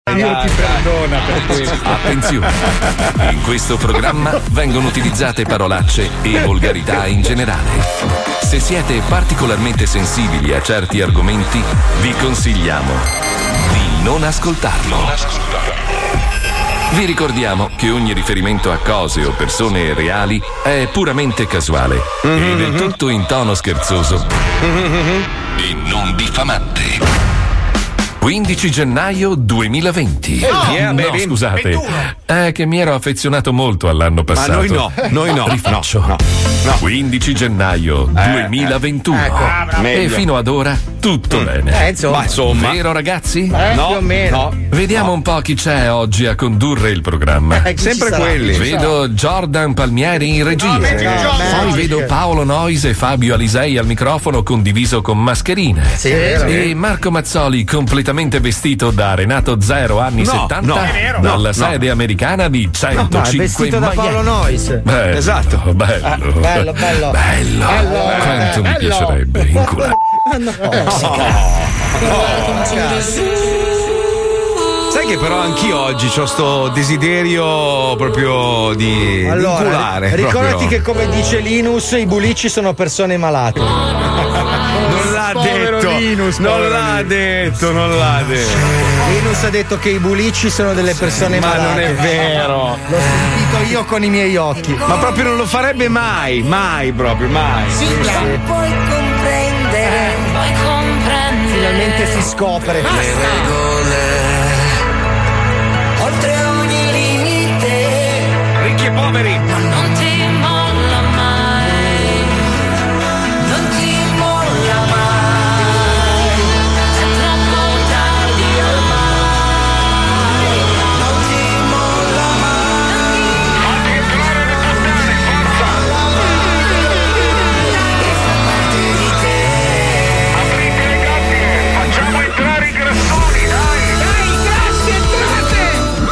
Dio ti perdona per questo. Attenzione, in questo programma vengono utilizzate parolacce e volgarità in generale. Se siete particolarmente sensibili a certi argomenti, vi consigliamo di non ascoltarlo. Vi ricordiamo che ogni riferimento a cose o persone reali è puramente casuale e del tutto in tono scherzoso e non diffamante. 15 gennaio 2020. No, scusate. 21. È che mi ero affezionato molto all'anno passato. Ma noi no. Rifaccio. No. 15 gennaio 2021. E fino ad ora tutto bene. Insomma. Vero ragazzi? No, più o meno. No. Vediamo un po' chi c'è oggi a condurre il programma. Sempre quelli. Vedo Jordan Palmieri in regia. Poi vedo Paolo Nois e Fabio Alisei al microfono condiviso con mascherine. Sì, e Marco Mazzoli completamente vestito da Renato Zero anni 70 dalla sede americana di 105 vestito da Paolo Nois. Bello, esatto. Bello. Quanto mi piacerebbe inculare. Sai che però anch'io oggi ho sto desiderio proprio di inculare. Ricordati proprio. che come dice Linus, i bulici sono persone malate. Non l'ha detto. Linus, non l'ha detto. Linus ha detto che i bulici sono delle persone malate. Ma non è vero. L'ho sentito io con i miei occhi. Ma proprio non lo farebbe mai. Sigla. Puoi comprendere. Finalmente si scopre. Le regole. Oltre ogni limite. Ricchi e poveri. Ma non ti molla mai. Non ti molla mai. È troppo tardi ormai. Non ti molla mai. E fa parte di te. Aprite le gabbie, facciamo entrare i grassoni, dai! Dai, grassi, entrate!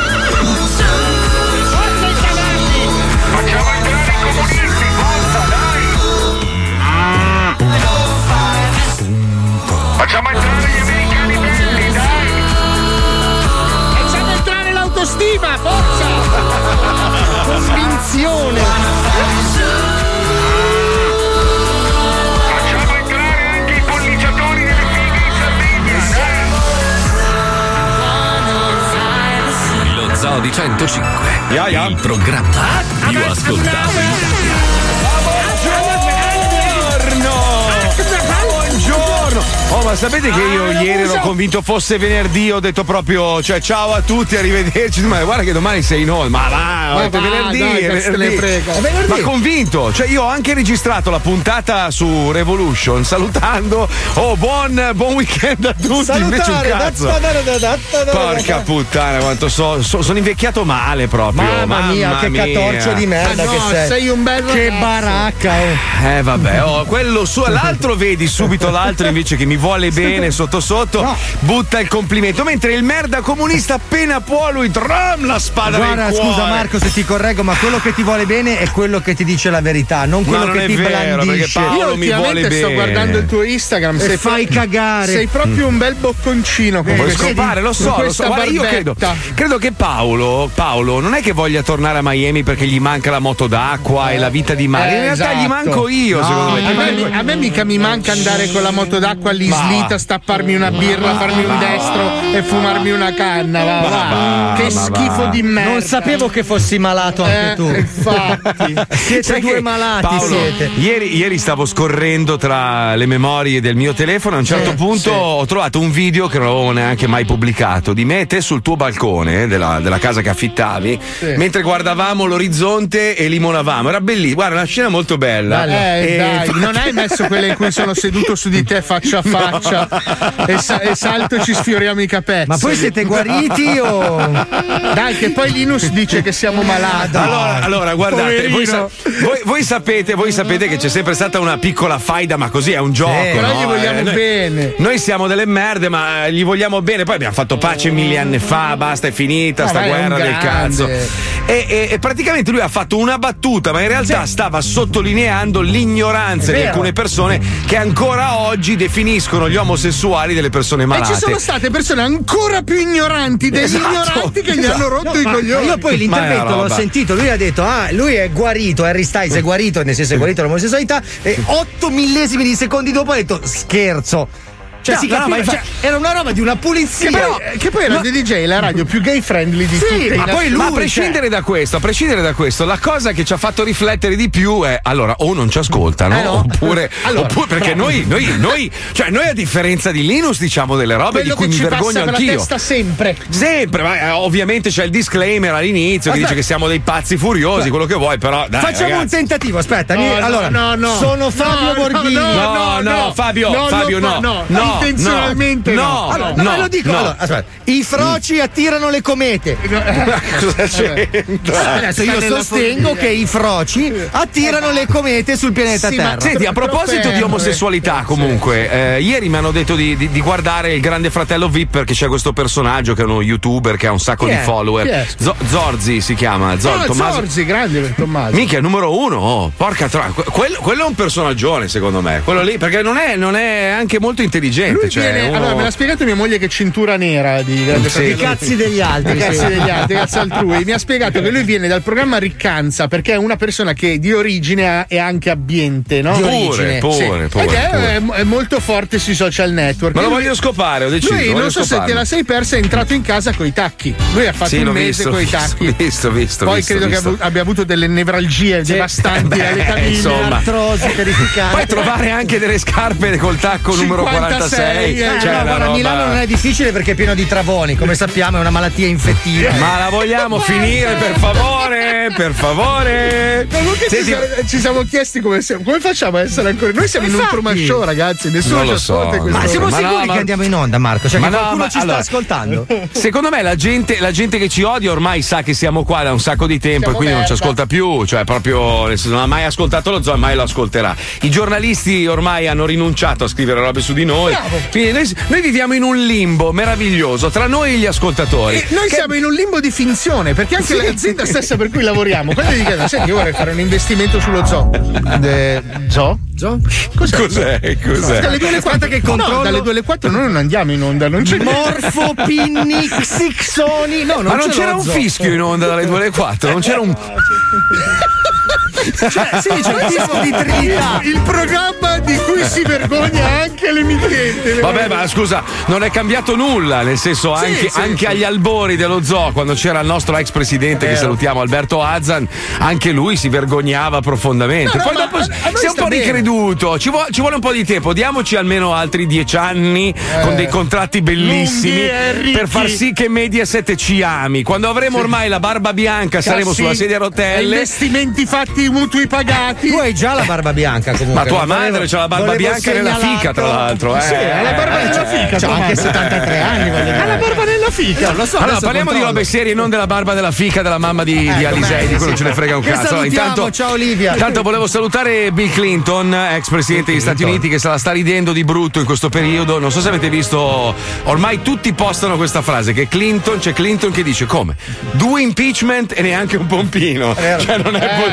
Forza i cavalli! Facciamo entrare i comunisti, forza, dai! Facciamo entrare gli americani belli, dai! Facciamo entrare l'autostima, forza! Convinzione. Facciamo entrare anche i polliciatori delle fighe in Sardegna, dai! Lo Zoo di 105, il programma più ascoltato in Italia. Buongiorno. Oh, ma sapete che io ieri ero convinto fosse venerdì, ho detto proprio, cioè ciao a tutti, arrivederci. Ma guarda che domani sei in onda. Ma va, è venerdì, è venerdì. Ma convinto, cioè io ho anche registrato la puntata su Revolution salutando. Oh, buon weekend a tutti. Invece un cazzo. Porca puttana, quanto sono invecchiato male proprio. Mamma mia, che catorcio di merda che sei un bel ragazzo. Che baracca, Vabbè, quello su, l'altro vedi subito l'altro invece che mi vuole bene sotto butta il complimento, mentre il merda comunista appena può lui la spada nel cuore. Scusa Marco se ti correggo, ma quello che ti vuole bene è quello che ti dice la verità, non quello che ti blandisce. Paolo mi vuole bene. Sto guardando il tuo Instagram e fai cagare. Sei proprio un bel bocconcino. Vuoi scopare? Lo so. Guarda, io credo che Paolo non è che voglia tornare a Miami perché gli manca la moto d'acqua e la vita di mare. In realtà gli manco io, secondo me. A me mica mi manca andare con la moto d'acqua lì slita, stapparmi una birra, farmi un destro e fumarmi una canna. Va. Che schifo di merda. Non sapevo che fossi malato anche tu. Infatti. Siete due malati, Paolo, siete. Ieri stavo scorrendo tra le memorie del mio telefono, a un certo punto ho trovato un video che non avevo neanche mai pubblicato di me e te sul tuo balcone della casa che affittavi, mentre guardavamo l'orizzonte e limonavamo. Era bellissimo, guarda, una scena molto bella. Dai, non hai messo quelle in cui sono seduto su di te faccia a faccia e salto e ci sfioriamo i capelli. Ma poi siete guariti o... Dai, che poi Linus dice che siamo malati. Allora guardate, voi sapete che c'è sempre stata una piccola faida, ma così è un gioco. Però no? gli vogliamo bene. Noi siamo delle merde, ma gli vogliamo bene. Poi abbiamo fatto pace 1000 anni fa, basta, è finita sta guerra del cazzo. E praticamente lui ha fatto una battuta, ma in realtà stava sottolineando l'ignoranza di alcune persone che ancora oggi definiscono gli omosessuali delle persone malate. E ci sono state persone ancora più ignoranti degli ignoranti che gli hanno rotto i coglioni. Io poi l'intervento l'ho sentito, lui ha detto lui è guarito, Harry Styles è guarito, nel senso è guarito l'omosessualità, e 8 millesimi di secondi dopo ha detto scherzo. Cioè, era una roba di una pulizia. Che poi era DJ, la radio più gay friendly di tutti. Ma a prescindere da questo, la cosa che ci ha fatto riflettere di più è allora o non ci ascoltano, oppure perché noi a differenza di Linus diciamo delle robe di cui mi vergogno anch'io. La testa sempre, ma ovviamente c'è il disclaimer all'inizio che dice che siamo dei pazzi furiosi, quello che vuoi, però dai, facciamo un tentativo, aspetta. Sono Fabio Borghini. Fabio, no. Intenzionalmente no. Ve lo dico. Allora, aspetta. I froci attirano le comete. Cosa c'entra? Adesso io sostengo che i froci attirano le comete sul pianeta Terra. Senti, a proposito di omosessualità, comunque, ieri mi hanno detto di guardare il Grande Fratello VIP perché c'è questo personaggio che è uno youtuber che ha un sacco di follower. Zorzi si chiama. Zorzi, grande per Tommaso. Minchia, numero 1. Porca troia. Quello è un personaggione, secondo me. Quello lì, perché non è anche molto intelligente. Allora, me l'ha spiegato mia moglie che è cintura nera di Grande Fratello. I cazzi degli altri. Cazzi altrui. Mi ha spiegato che lui viene dal programma Riccanza perché è una persona che di origine è anche abbiente, no? Pure. È molto forte sui social network. Ma lo voglio scopare, ho deciso. Lui, non so se te la sei persa, è entrato in casa coi tacchi. Lui ha fatto un mese coi tacchi. Visto. Poi credo che abbia avuto delle nevralgie devastanti alle caviglie. Insomma, artrosi terrificanti. Poi trovare anche delle scarpe col tacco numero 46. A Milano non è difficile perché è pieno di travoni, come sappiamo è una malattia infettiva. Ma la vogliamo finire, per favore? Senti, ci siamo chiesti come facciamo a essere ancora. Noi siamo in un Truman Show, ragazzi. Nessuno ci ascolta. Ma siamo sicuri che andiamo in onda, Marco? Cioè, che qualcuno ci sta ascoltando? Secondo me la gente che ci odia ormai sa che siamo qua da un sacco di tempo e quindi non ci ascolta più. Cioè, proprio non ha mai ascoltato lo zoo e mai lo ascolterà. I giornalisti ormai hanno rinunciato a scrivere robe su di noi. Quindi noi viviamo in un limbo meraviglioso tra noi e gli ascoltatori. E noi siamo in un limbo di finzione, perché anche l'azienda stessa per cui lavoriamo, quella di dire, senti, io vorrei fare un investimento sullo zoo. Zoo? Cos'è? Dalle 2 alle 4 che controllo. No, dalle 2 alle 4 noi non andiamo in onda, non c'è Morfopinni Xixoni. No, ma non c'era un fischio in onda dalle 2 alle 4, non c'era un c'è il fischio di Trinità. Il programma di cui si vergogna anche l'emittente. Vabbè, ma scusa, non è cambiato nulla, nel senso anche agli albori dello zoo, quando c'era il nostro ex presidente che salutiamo, Alberto Azzan, anche lui si vergognava profondamente. Poi dopo si è un po' ricreduto, ci vuole un po' di tempo, diamoci almeno altri 10 anni con dei contratti bellissimi per far sì che Mediaset ci ami. Quando avremo ormai la barba bianca saremo sulla sedia a rotelle, investimenti fatti, mutui pagati. Tu hai già la barba bianca comunque. Ma tua madre c'ha la barba bianca nella fica, tra l'altro. Sì, ha la barba nella fica. C'ha anche 73 anni. Ha la barba nella fica. Non lo so. Allora parliamo di robe serie, non della barba della fica della mamma di Alisei, di quello ce ne frega un cazzo. Intanto, ciao Olivia. Intanto volevo salutare Bill Clinton, ex presidente degli Stati Uniti, che se la sta ridendo di brutto in questo periodo. Non so se avete visto, ormai tutti postano questa frase che c'è Clinton che dice come? 2 impeachment e neanche un pompino. Cioè non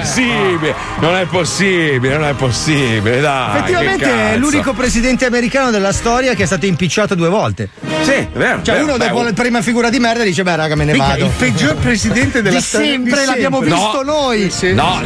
è possibile, dai. Effettivamente è l'unico presidente americano della storia che è stato impicciato 2 volte. Sì, è vero. Cioè uno dopo la prima figura di merda dice beh raga me ne vado. Il peggior presidente della storia sempre, l'abbiamo visto noi. No.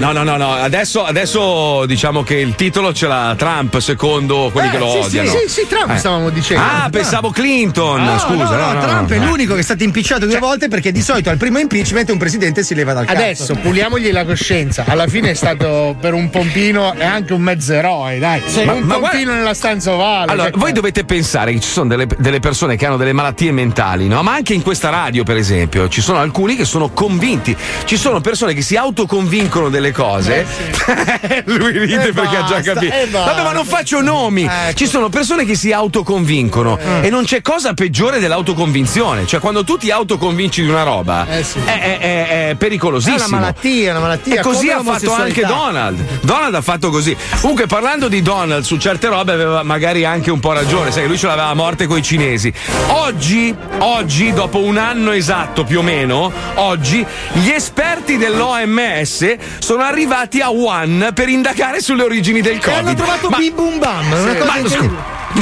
Adesso diciamo che il titolo ce l'ha Trump, secondo quelli che lo odiano. Sì, Trump stavamo dicendo. Pensavo Clinton. Scusa. No, Trump è l'unico che è stato impicciato 2 volte perché di solito al primo impeachment un presidente si leva dal cazzo. Adesso puliamole la coscienza. Alla fine è stato per un pompino e anche un mezzo eroe, dai. Un pompino nella stanza ovale. Allora, voi dovete pensare che ci sono delle persone che hanno delle malattie mentali, no? Ma anche in questa radio, per esempio, ci sono alcuni che sono convinti. Ci sono persone che si autoconvincono delle cose. Lui ride perché ha già capito. Vabbè, ma non faccio nomi. Ci sono persone che si autoconvincono e non c'è cosa peggiore dell'autoconvinzione. Cioè, quando tu ti autoconvinci di una roba, è pericolosissimo. È una malattia. E così ha fatto anche Donald ha fatto così. Comunque, parlando di Donald, su certe robe aveva magari anche un po' ragione, sai che lui ce l'aveva a morte coi cinesi. Oggi, dopo un anno esatto più o meno, gli esperti dell'OMS sono arrivati a Wuhan per indagare sulle origini del Covid. Hanno trovato Bim Bum Bam.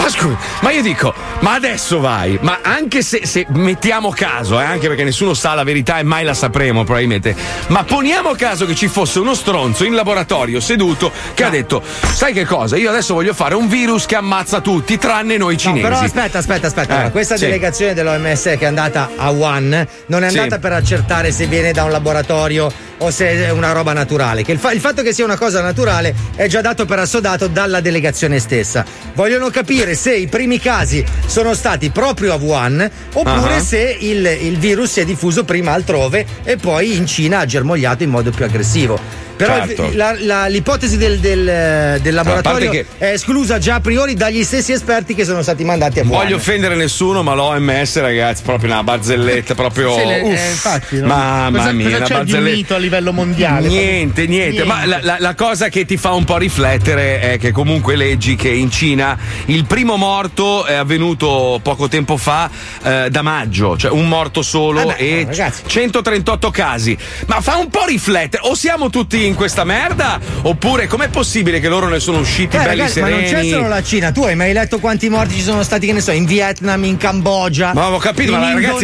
Ma io dico, ma adesso vai, ma anche se mettiamo caso, anche perché nessuno sa la verità e mai la sapremo probabilmente, ma poniamo caso che ci fosse uno stronzo in laboratorio seduto che ha detto, sai che cosa, io adesso voglio fare un virus che ammazza tutti tranne noi cinesi. No, però aspetta, questa delegazione dell'OMS che è andata a Wuhan non è andata per accertare se viene da un laboratorio o se è una roba naturale, che il fatto che sia una cosa naturale è già dato per assodato dalla delegazione stessa. Vogliono capire se i primi casi sono stati proprio a Wuhan oppure se il virus si è diffuso prima altrove e poi in Cina ha germogliato in modo più aggressivo. Però l'ipotesi del laboratorio è esclusa già a priori dagli stessi esperti che sono stati mandati a Wuhan. Non voglio offendere nessuno, ma l'OMS, ragazzi, proprio una barzelletta, proprio. Infatti, no? Mamma mia, cosa c'è di mito a livello mondiale? Niente. Ma la cosa che ti fa un po' riflettere è che comunque leggi che in Cina il primo morto è avvenuto poco tempo fa, da maggio, cioè un morto solo e 138 casi. Ma fa un po' riflettere, o siamo tutti in questa merda oppure com'è possibile che loro ne sono usciti belli ragazzi, sereni? Ma non c'è solo la Cina, tu hai mai letto quanti morti ci sono stati, che ne so, in Vietnam, in Cambogia? Ma ho capito, ma ragazzi,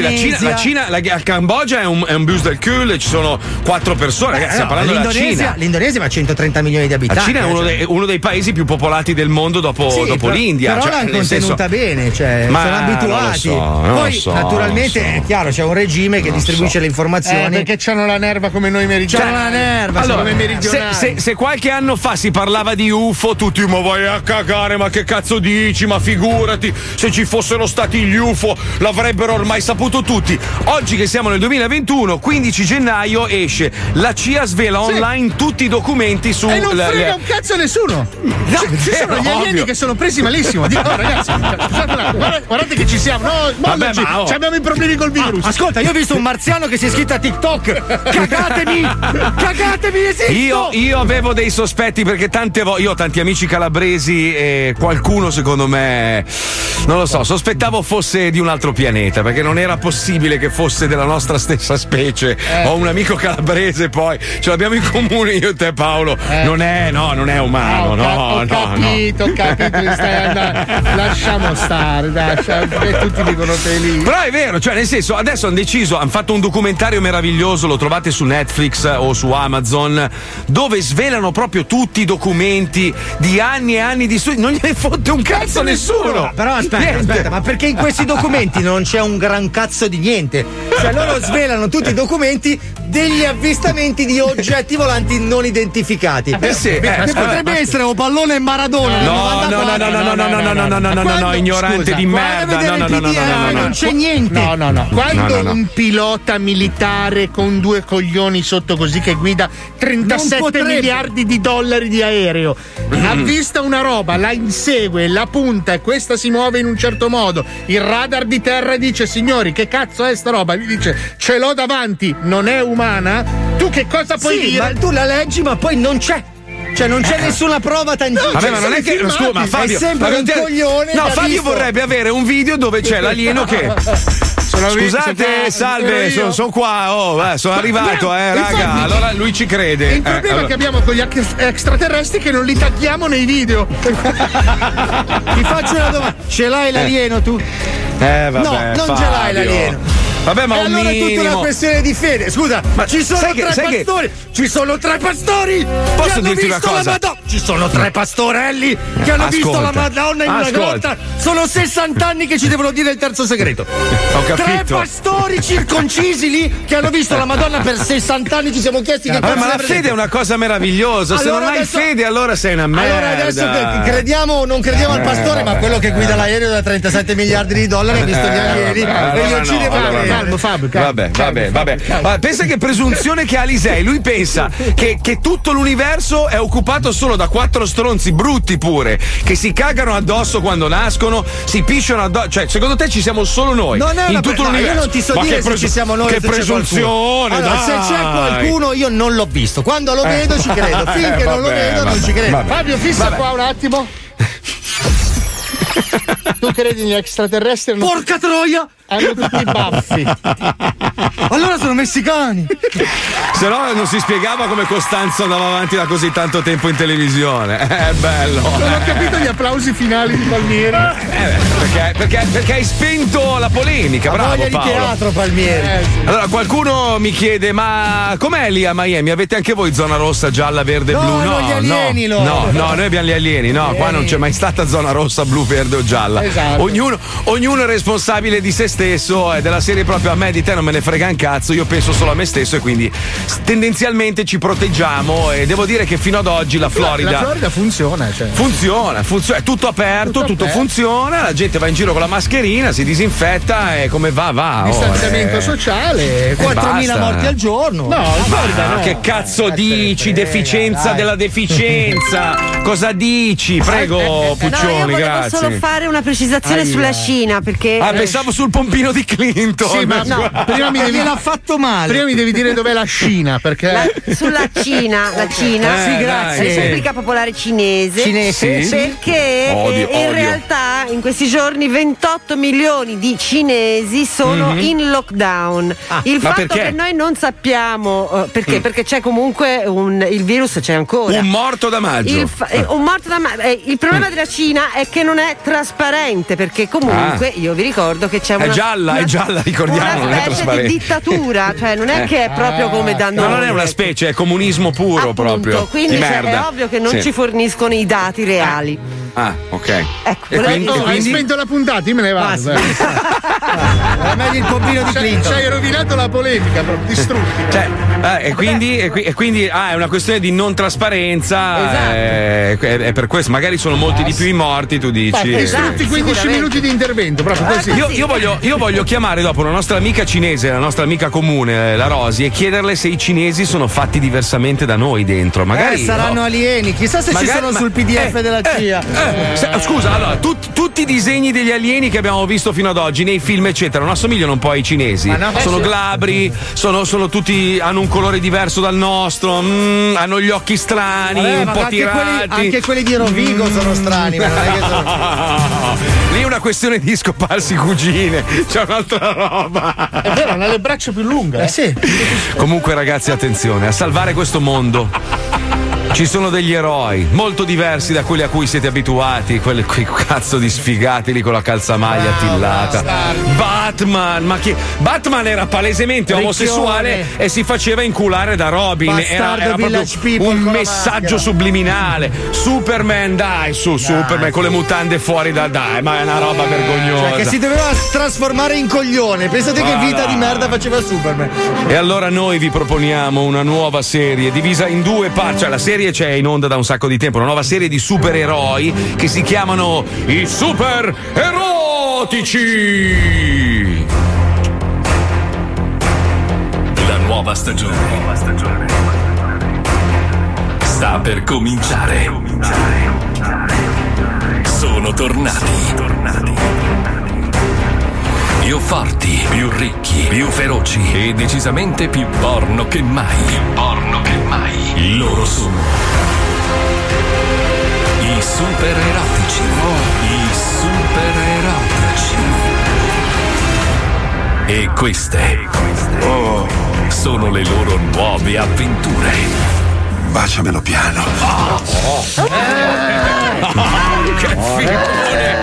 la Cambogia è un bus del cul, ci sono 4 persone, ragazzi, stiamo parlando della Cina. L'Indonesia ha 130 milioni di abitanti. La Cina è uno dei paesi più popolati del mondo dopo l'India. Però l'hanno contenuta bene, cioè sono abituati. Poi naturalmente è chiaro, c'è un regime che distribuisce le informazioni. Perché c'hanno la nerva come noi meridionali. C'hanno la nerva, allora, se qualche anno fa si parlava di UFO, tutti ma vai a cagare, ma che cazzo dici? Ma figurati, se ci fossero stati gli UFO l'avrebbero ormai saputo tutti. Oggi che siamo nel 2021, 15 gennaio esce, la CIA svela online tutti i documenti su. E non frega un cazzo a nessuno. Ci sono gli alieni che sono presi malissimo. Dico, ragazzi, guardate che ci siamo. Abbiamo i problemi col virus. Ascolta, io ho visto un marziano che si è iscritto a TikTok. Cagatemi, esisto. Io avevo dei sospetti perché tante volte io ho tanti amici calabresi e qualcuno secondo me, non lo so, sospettavo fosse di un altro pianeta perché non era possibile che fosse della nostra stessa specie. Ho un amico calabrese, poi ce l'abbiamo in comune io e te, Paolo. Non è umano. Ho capito, stai andando. Lasciamo stare, tutti dicono te lì. Però è vero, cioè nel senso, adesso hanno fatto un documentario meraviglioso, lo trovate su Netflix o su Amazon, dove svelano proprio tutti i documenti di anni e anni di studi. Non gliene fotte un cazzo a nessuno. Però aspetta, ma perché in questi documenti non c'è un gran cazzo di niente? Cioè loro svelano tutti i documenti degli avvistamenti di oggetti volanti non identificati. Potrebbe essere o Pallone e Maradona. No, ignorante di merda. No. Non c'è niente. No. Quando un pilota militare con 2 coglioni sotto così che guida 37 miliardi di dollari di aereo avvista una roba, la insegue, la punta e questa si muove in un certo modo, il radar di terra dice signori che cazzo è sta roba, gli dice ce l'ho davanti, non è umana, tu che cosa puoi dire? Ma tu la leggi ma poi non c'è. Cioè non c'è nessuna prova tangibile. Vabbè, ma non è che scusa, ma Fabio, è sempre un coglione. No, Fabio vorrebbe avere un video dove c'è l'alieno che scusate, salve, sono qua, sono arrivato, raga. Allora lui ci crede. Il problema che abbiamo con gli extraterrestri è che non li tagliamo nei video. Ti faccio una domanda: ce l'hai l'alieno tu? Vabbè, no, non Fabio. Ce l'hai l'alieno. Vabbè, ma allora è tutta una questione di fede. Scusa, ma ci sono tre pastori. Ci sono 3 pastori. Posso dirti una cosa? Ci sono 3 pastorelli che hanno visto la Madonna in una grotta. Sono 60 anni che ci devono dire il terzo segreto. Ho capito. 3 pastori circoncisi lì che hanno visto la Madonna per 60 anni. Ci siamo chiesti che cosa. Ma la fede è una cosa meravigliosa. Se non hai fede, allora sei una merda. Allora adesso crediamo o non crediamo al pastore, ma quello che guida l'aereo da 37 miliardi di dollari ha visto gli alieni e io ci devo credere. calmo Fabio. Vabbè. Pensa che presunzione che ha Lisei. Lui pensa che tutto l'universo è occupato solo da 4 stronzi brutti pure, che si cagano addosso quando nascono, si pisciano addosso. Cioè, secondo te ci siamo solo noi? Non è in tutto l'universo. Io non ti so dire se ci siamo noi. Che presunzione! Allora, se c'è qualcuno, io non l'ho visto. Quando lo vedo ci credo. Finché non lo vedo, non ci credo. Fabio, fissa qua un attimo. Tu credi negli extraterrestri? Porca troia! Hanno tutti i baffi. Allora sono messicani. Se no non si spiegava come Costanzo andava avanti da così tanto tempo in televisione. È bello. Non ho capito gli applausi finali di Palmieri. Perché hai spento la polemica. Bravo, voglia Paolo. di teatro, Palmieri. Sì. Allora qualcuno mi chiede: ma com'è lì a Miami? Avete anche voi zona rossa, gialla, verde, blu? No, gli alieni, no, noi abbiamo gli alieni. No, qua non c'è mai stata zona rossa, blu, verde o gialla. Esatto. Ognuno è responsabile di se stesso, è della serie proprio a me di te non me ne frega un cazzo, io penso solo a me stesso e quindi tendenzialmente ci proteggiamo e devo dire che fino ad oggi la Florida funziona, cioè. funziona, è tutto aperto, tutto funziona, la gente va in giro con la mascherina, si disinfetta e come va. Distanziamento sociale, 4.000 morti al giorno. No, in Florida no. Che cazzo dici? Deficienza della deficienza. Cosa dici? Prego, Puccioni, io volevo grazie. solo fare una precisazione sulla Cina perché pensavo sul pompino di Clinton. Sì, ma prima mi devi l'ha fatto male. Prima mi devi dire dov'è la Cina, perché sulla Cina, la Cina, sì, grazie. Repubblica Popolare Cinese, perché in realtà in questi giorni 28 milioni di cinesi sono in lockdown. Il fatto che noi non sappiamo perché c'è comunque il virus, c'è ancora. Un morto da maggio. Il problema della Cina è che non è trasparente, perché comunque io vi ricordo che c'è è gialla, ricordiamo, non è specie trasparente. di dittatura, cioè non è che è proprio come da noi. No, non è una specie, è comunismo puro. Appunto, proprio. Quindi è ovvio che non ci forniscono i dati reali. Ok. Ecco, e quindi hai spento la puntata, io me ne vado. Era meglio il pompino di Clinton. Ci hai rovinato la polemica, proprio distrutti. E quindi è una questione di non trasparenza. Esatto. È per questo, magari sono molti di più i morti, tu dici. Distrutti 15 minuti di intervento, proprio così. Io voglio chiamare dopo una nostra amica cinese, la nostra amica comune, la Rosi, e chiederle se i cinesi sono fatti diversamente da noi dentro. Magari saranno alieni, chissà se ci sono sul PDF della CIA. Scusa, allora, tutti i disegni degli alieni che abbiamo visto fino ad oggi nei film, eccetera, non assomigliano un po' ai cinesi. Sono glabri, sono tutti, hanno un colore diverso dal nostro, hanno gli occhi strani, un po' tirati. Anche quelli di Rovigo sono strani, ma non è che sono... Lì è una questione di scoparsi cugine, c'è un'altra roba. È vero, hanno le braccia più lunghe. Sì. Comunque, ragazzi, attenzione, a salvare questo mondo ci sono degli eroi molto diversi da quelli a cui siete abituati, quei cazzo di sfigati lì con la calzamaglia attillata. Batman era palesemente omosessuale e si faceva inculare da Robin. Era proprio un messaggio subliminale. Superman, Superman con le mutande fuori dai, ma è una roba vergognosa. Cioè, che si doveva trasformare in coglione. Pensate che vita di merda faceva Superman. E allora noi vi proponiamo una nuova serie divisa in 2 parti. Cioè, la serie c'è in onda da un sacco di tempo, una nuova serie di supereroi che si chiamano i Super Erotici. La nuova stagione sta per cominciare. Sono tornati. Più forti, più ricchi, più feroci e decisamente più porno che mai. Loro sono i super erotici. E queste sono le loro nuove avventure. Baciamelo piano. Che figone!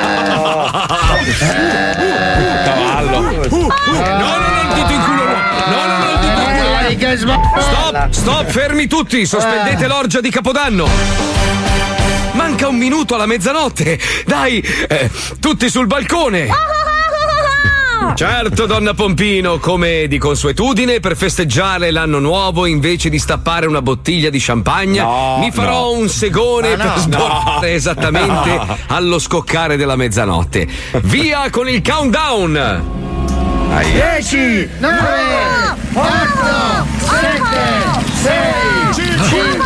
Cavallo. No, il dito in culo. Stop, fermi tutti, sospendete l'orgia di Capodanno. Manca un minuto alla mezzanotte. Dai, tutti sul balcone. Certo, donna Pompino, come di consuetudine, per festeggiare l'anno nuovo, invece di stappare una bottiglia di champagne, mi farò un segone per sborrare esattamente allo scoccare della mezzanotte. Via con il countdown! 10, 9, 8, 7, 6, 5,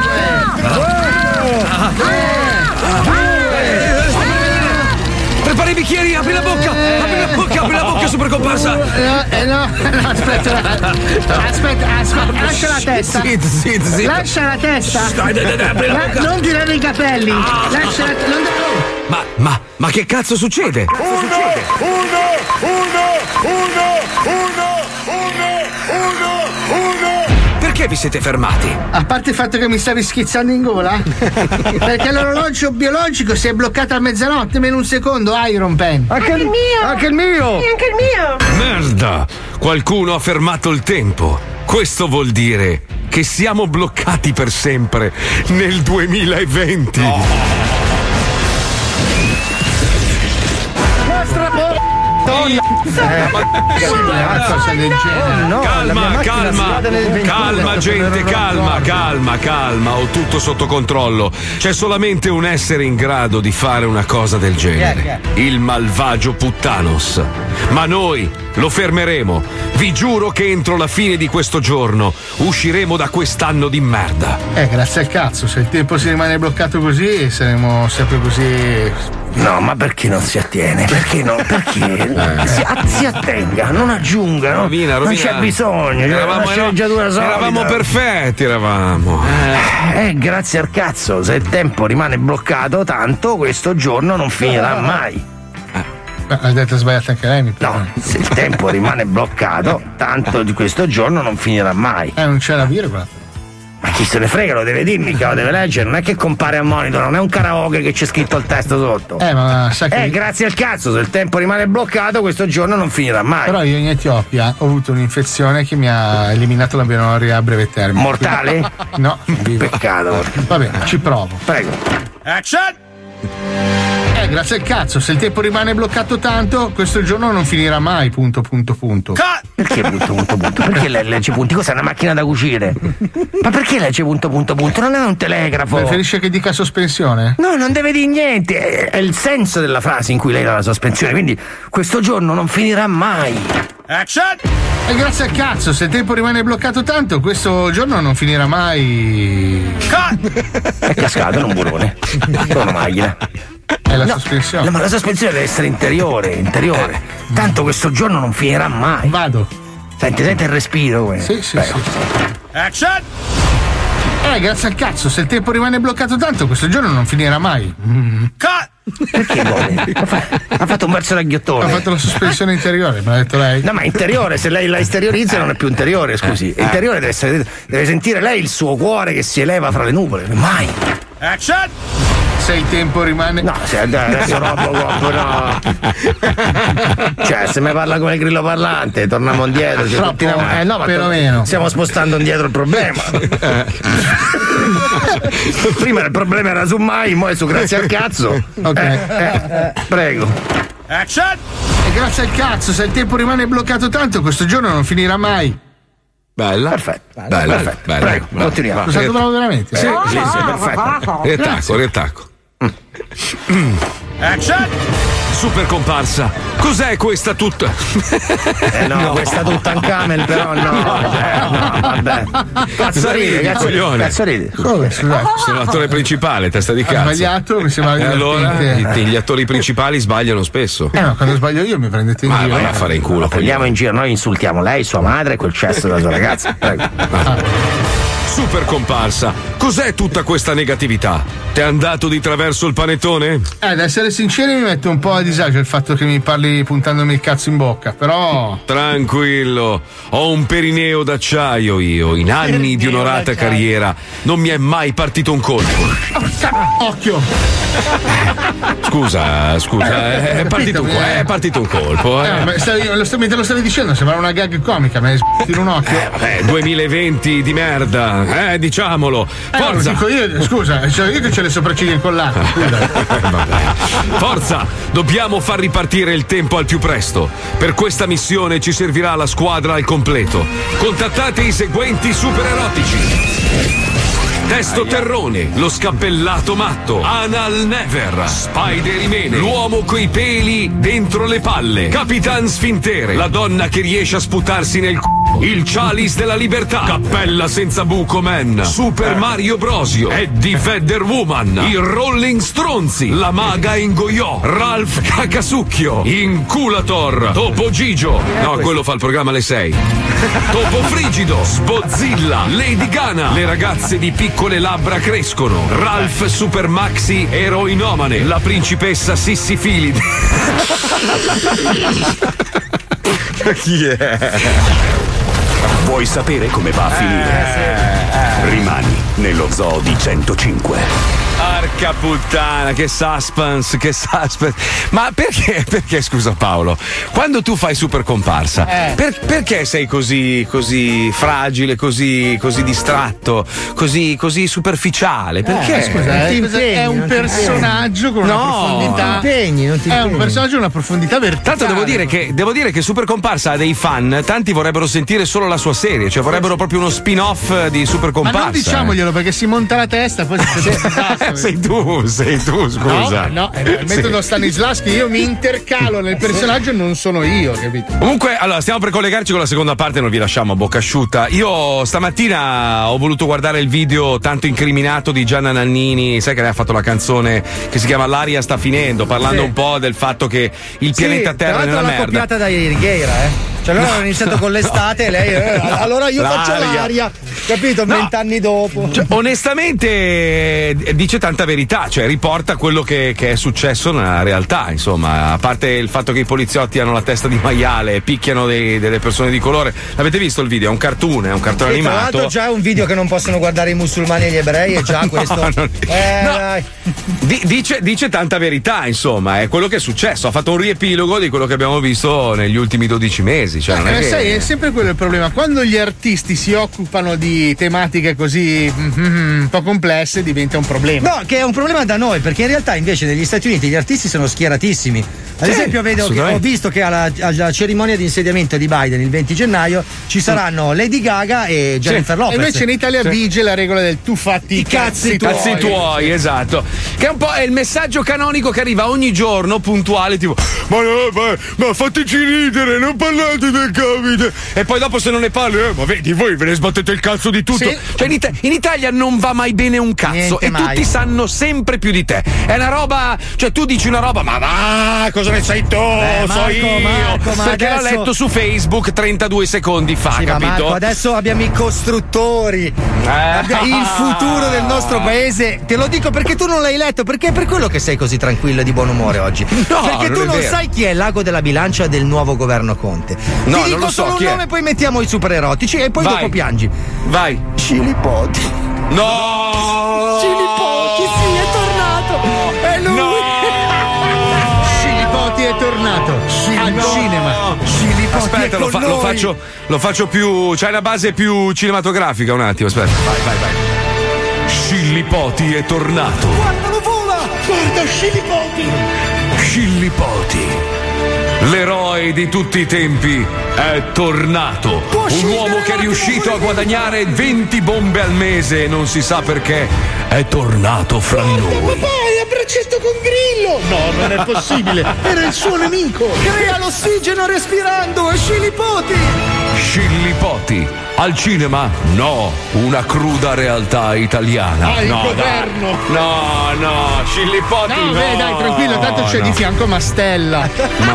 4, 3, 2. Prepara i bicchieri, apri la bocca, apri la bocca, super comparsa. No, aspetta, lascia la testa. Zitto. Lascia la testa. Apri la bocca. Non tirare i capelli. Lascia la Ma che cazzo succede? Perché vi siete fermati? A parte il fatto che mi stavi schizzando in gola? Perché l'orologio biologico si è bloccato a mezzanotte meno un secondo, Iron Pen. Anche il mio. Merda! Qualcuno ha fermato il tempo. Questo vuol dire che siamo bloccati per sempre nel 2020. Calma gente, calma, ho tutto sotto controllo. C'è solamente un essere in grado di fare una cosa del genere, il malvagio Puttanos. Ma noi lo fermeremo. Vi giuro che entro la fine di questo giorno usciremo da quest'anno di merda. Grazie al cazzo, se il tempo si rimane bloccato così saremo sempre così. No, ma perché non si attiene? Perché no? Perché si attenga, non aggiunga, no? Rovina. Non c'è bisogno, eravamo perfetti, eravamo. Grazie al cazzo, se il tempo rimane bloccato tanto, questo giorno non finirà mai. Hai detto sbagliato anche lei, No, se il tempo rimane bloccato, tanto di questo giorno non finirà mai. Non c'è la virgola. Ma chi se ne frega, lo deve dirmi che lo deve leggere, non è che compare a monitor, non è un karaoke che c'è scritto il testo sotto. Ma sa che. Grazie al cazzo, se il tempo rimane bloccato, questo giorno non finirà mai. Però io in Etiopia ho avuto un'infezione che mi ha eliminato la memoria a breve termine. Mortale? No, peccato. Va bene, ci provo. Prego. Action! Grazie al cazzo, se il tempo rimane bloccato tanto, questo giorno non finirà mai, punto. Perché punto? Perché lei legge punti? Cos'è, una macchina da cucire? Ma perché legge punto? Non è un telegrafo. Preferisce che dica sospensione? No, non deve dire niente, è il senso della frase in cui lei dà la sospensione, quindi questo giorno non finirà mai. Action! Grazie al cazzo, se il tempo rimane bloccato tanto, questo giorno non finirà mai. È cascato in un burone. Con una macchina. È la sospensione. No, ma la sospensione deve essere interiore. Tanto questo giorno non finirà mai. Vado. Senti il respiro. Sì. Action! Grazie al cazzo, se il tempo rimane bloccato tanto, questo giorno non finirà mai. Perché vuole? Ha fatto un verso da ghiottone. Ha fatto la sospensione interiore, me l'ha detto lei. No, ma interiore, se lei la esteriorizza non è più interiore, scusi. Interiore deve sentire lei il suo cuore che si eleva fra le nuvole. Mai. Action! Se il tempo rimane. No, adesso Robocop, no. Cioè, se mi parla come il grillo parlante, torniamo indietro. No, ma perlomeno. Stiamo spostando indietro il problema. Prima il problema era su mai, mo è su grazie al cazzo. Ok. Prego. Action! Grazie al cazzo, se il tempo rimane bloccato tanto, questo giorno non finirà mai. Bella. Perfetto. Prego, continuiamo. Sono stato bravo veramente. Sì, perfetto. Riattacco. Action! Super comparsa, cos'è questa tutta? No, questa tutta in camel, però no, vabbè. Cazzo ridi. Come, scusate? Sono l'attore principale, testa di Ho cazzo. sbagliato, mi sembra allora gli attori principali sbagliano spesso. No, quando sbaglio io mi prendete in giro. Vai a fare in culo. Prendiamo in giro, noi insultiamo lei, sua madre e quel cesso della sua ragazza. Prego. Super comparsa, cos'è tutta questa negatività? Ti è andato di traverso il panettone? Ad essere sinceri mi mette un po' a disagio il fatto che mi parli puntandomi il cazzo in bocca, però. Tranquillo, ho un perineo d'acciaio io, in anni di onorata carriera non mi è mai partito un colpo. Occhio! Scusa, è partito un colpo. Mentre lo stavi dicendo, sembrava una gag comica, mi hai in un occhio. 2020 di merda, diciamolo. Forza! Dico io, scusa, io che c'ho le sopracciglia incollate. Forza! Dobbiamo far ripartire il tempo al più presto. Per questa missione ci servirà la squadra al completo. Contattate i seguenti super erotici. Testo Terrone, lo scappellato matto, Anal Never, Spider Rimene, l'uomo coi peli dentro le palle, Capitan Sfintere, la donna che riesce a sputarsi nel c***o, il Chalice della Libertà, Cappella senza buco Man, Super Mario Brosio, Eddie Vedder Woman, il Rolling Stronzi, la maga Ingoiò, Ralph Cacasucchio, Inculator, Topo Gigio, no, quello fa il programma alle 6, Topo Frigido, Sbozzilla, Lady Gana, le ragazze di piccole labbra crescono, Ralph Super Maxi eroinomane, la principessa Sissi Filide. Chi è? Vuoi sapere come va a finire? Rimani nello Zoo di 105. Porca puttana, che suspense, che suspense. Ma perché, scusa Paolo, quando tu fai super comparsa, perché sei così fragile, così distratto, così superficiale? Perché? Scusa, è un personaggio con una profondità. Non ti impegni. È un personaggio con una profondità verticale. Tanto devo dire che Super Comparsa ha dei fan, tanti vorrebbero sentire solo la sua serie, cioè vorrebbero proprio uno spin-off di Super Comparsa. Ma non diciamoglielo perché si monta la testa, poi sei tu, scusa. No, è il metodo Stanislavski, io mi intercalo nel personaggio e non sono io, capito? Comunque, allora, stiamo per collegarci con la seconda parte, non vi lasciamo a bocca asciutta. Io stamattina ho voluto guardare il video tanto incriminato di Gianna Nannini, sai che lei ha fatto la canzone che si chiama L'aria sta finendo, parlando un po' del fatto che il pianeta Terra è nella merda. L'ha copiata da Righiera, Cioè loro hanno iniziato con l'estate e lei allora io faccio l'aria, capito? 20 anni dopo. Cioè, onestamente dice tanta verità, cioè riporta quello che è successo nella realtà, insomma, a parte il fatto che i poliziotti hanno la testa di maiale e picchiano delle persone di colore. L'avete visto il video? È un cartone animato. Tra l'altro già è un video che non possono guardare i musulmani e gli ebrei, è già questo. Dice tanta verità, insomma, è quello che è successo. Ha fatto un riepilogo di quello che abbiamo visto negli ultimi 12 mesi. Cioè, non è sai, è sempre quello il problema. Quando gli artisti si occupano di tematiche così un po' complesse, diventa un problema. No, che è un problema da noi, perché in realtà invece negli Stati Uniti gli artisti sono schieratissimi. Ad esempio, ho visto che alla cerimonia di insediamento di Biden il 20 gennaio ci saranno Lady Gaga e Jennifer Lopez. E invece in Italia vige la regola del tu fatti i cazzi tuoi, esatto. Che è un po' è il messaggio canonico che arriva ogni giorno puntuale, tipo ma fateci ridere, non parlate del Covid. E poi dopo se non ne parli, ma vedi, voi ve ne sbattete il cazzo di tutto. Sì. Cioè in Italia non va mai bene un cazzo. Niente, e mai. Tutti sanno sempre più di te. È una roba, cioè tu dici una roba, ma va, cosa ne sai tu? So io. Marco, perché adesso... l'ho letto su Facebook 32 secondi fa, sì, capito? Marco, adesso abbiamo i costruttori. Il futuro del nostro paese. Te lo dico perché tu non l'hai letto, perché è per quello che sei così tranquillo e di buon umore oggi. No, perché tu non sai chi è l'ago della bilancia del nuovo governo Conte. No, ti dico solo un nome, poi mettiamo i super erotici e poi dopo piangi. Vai. Scilipoti. No! Scilipoti, sì, è tornato. È lui. No! Scilipoti è tornato al cinema. Scilipoti. Aspetta, lo faccio più. C'hai una base più cinematografica, un attimo, aspetta. Vai. Scilipoti è tornato. Guardalo, vola! Guarda, Scilipoti! Scilipoti. L'eroe di tutti i tempi è tornato. Un uomo che è riuscito a guadagnare 20 bombe al mese e non si sa perché è tornato fra noi. Papà, è a braccetto con Grillo! No, non è possibile, era il suo nemico! Crea l'ossigeno respirando, è Scilipoti! Scilipoti. Al cinema? No, una cruda realtà italiana. Il governo! No, Scilipoti. No, dai, tranquillo, tanto c'è di fianco Mastella.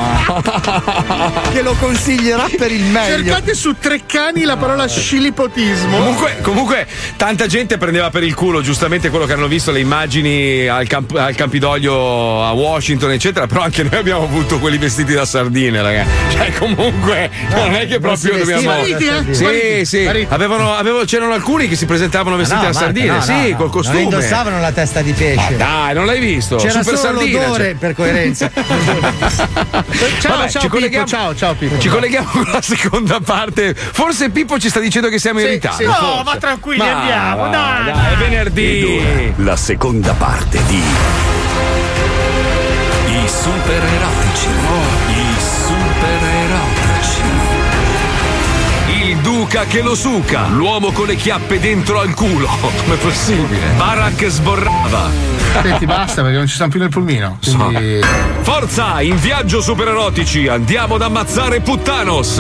Che lo consiglierà per il meglio. Cercate su Treccani la parola scilipotismo. Comunque, tanta gente prendeva per il culo, giustamente, quello che hanno visto le immagini al Campidoglio a Washington, eccetera. Però anche noi abbiamo avuto quelli vestiti da sardine, ragazzi. Cioè, comunque, non è che proprio dobbiamo. Sì. C'erano alcuni che si presentavano vestiti da sardine, col costume. Non indossavano la testa di pesce. Ma dai, non l'hai visto? C'era Super solo sardina, l'odore, per coerenza. Ciao Pippo. Ci colleghiamo con la seconda parte. Forse Pippo ci sta dicendo che siamo in ritardo. No, forse. ma tranquilli, andiamo. Dai, è venerdì. La seconda parte di I super erotici. I super erotici. Il Luca che lo suca, l'uomo con le chiappe dentro al culo. Com'è possibile? Barack sborrava. Senti, basta perché non ci stanno più nel pulmino. Quindi... Forza, in viaggio supererotici, andiamo ad ammazzare Puttanos.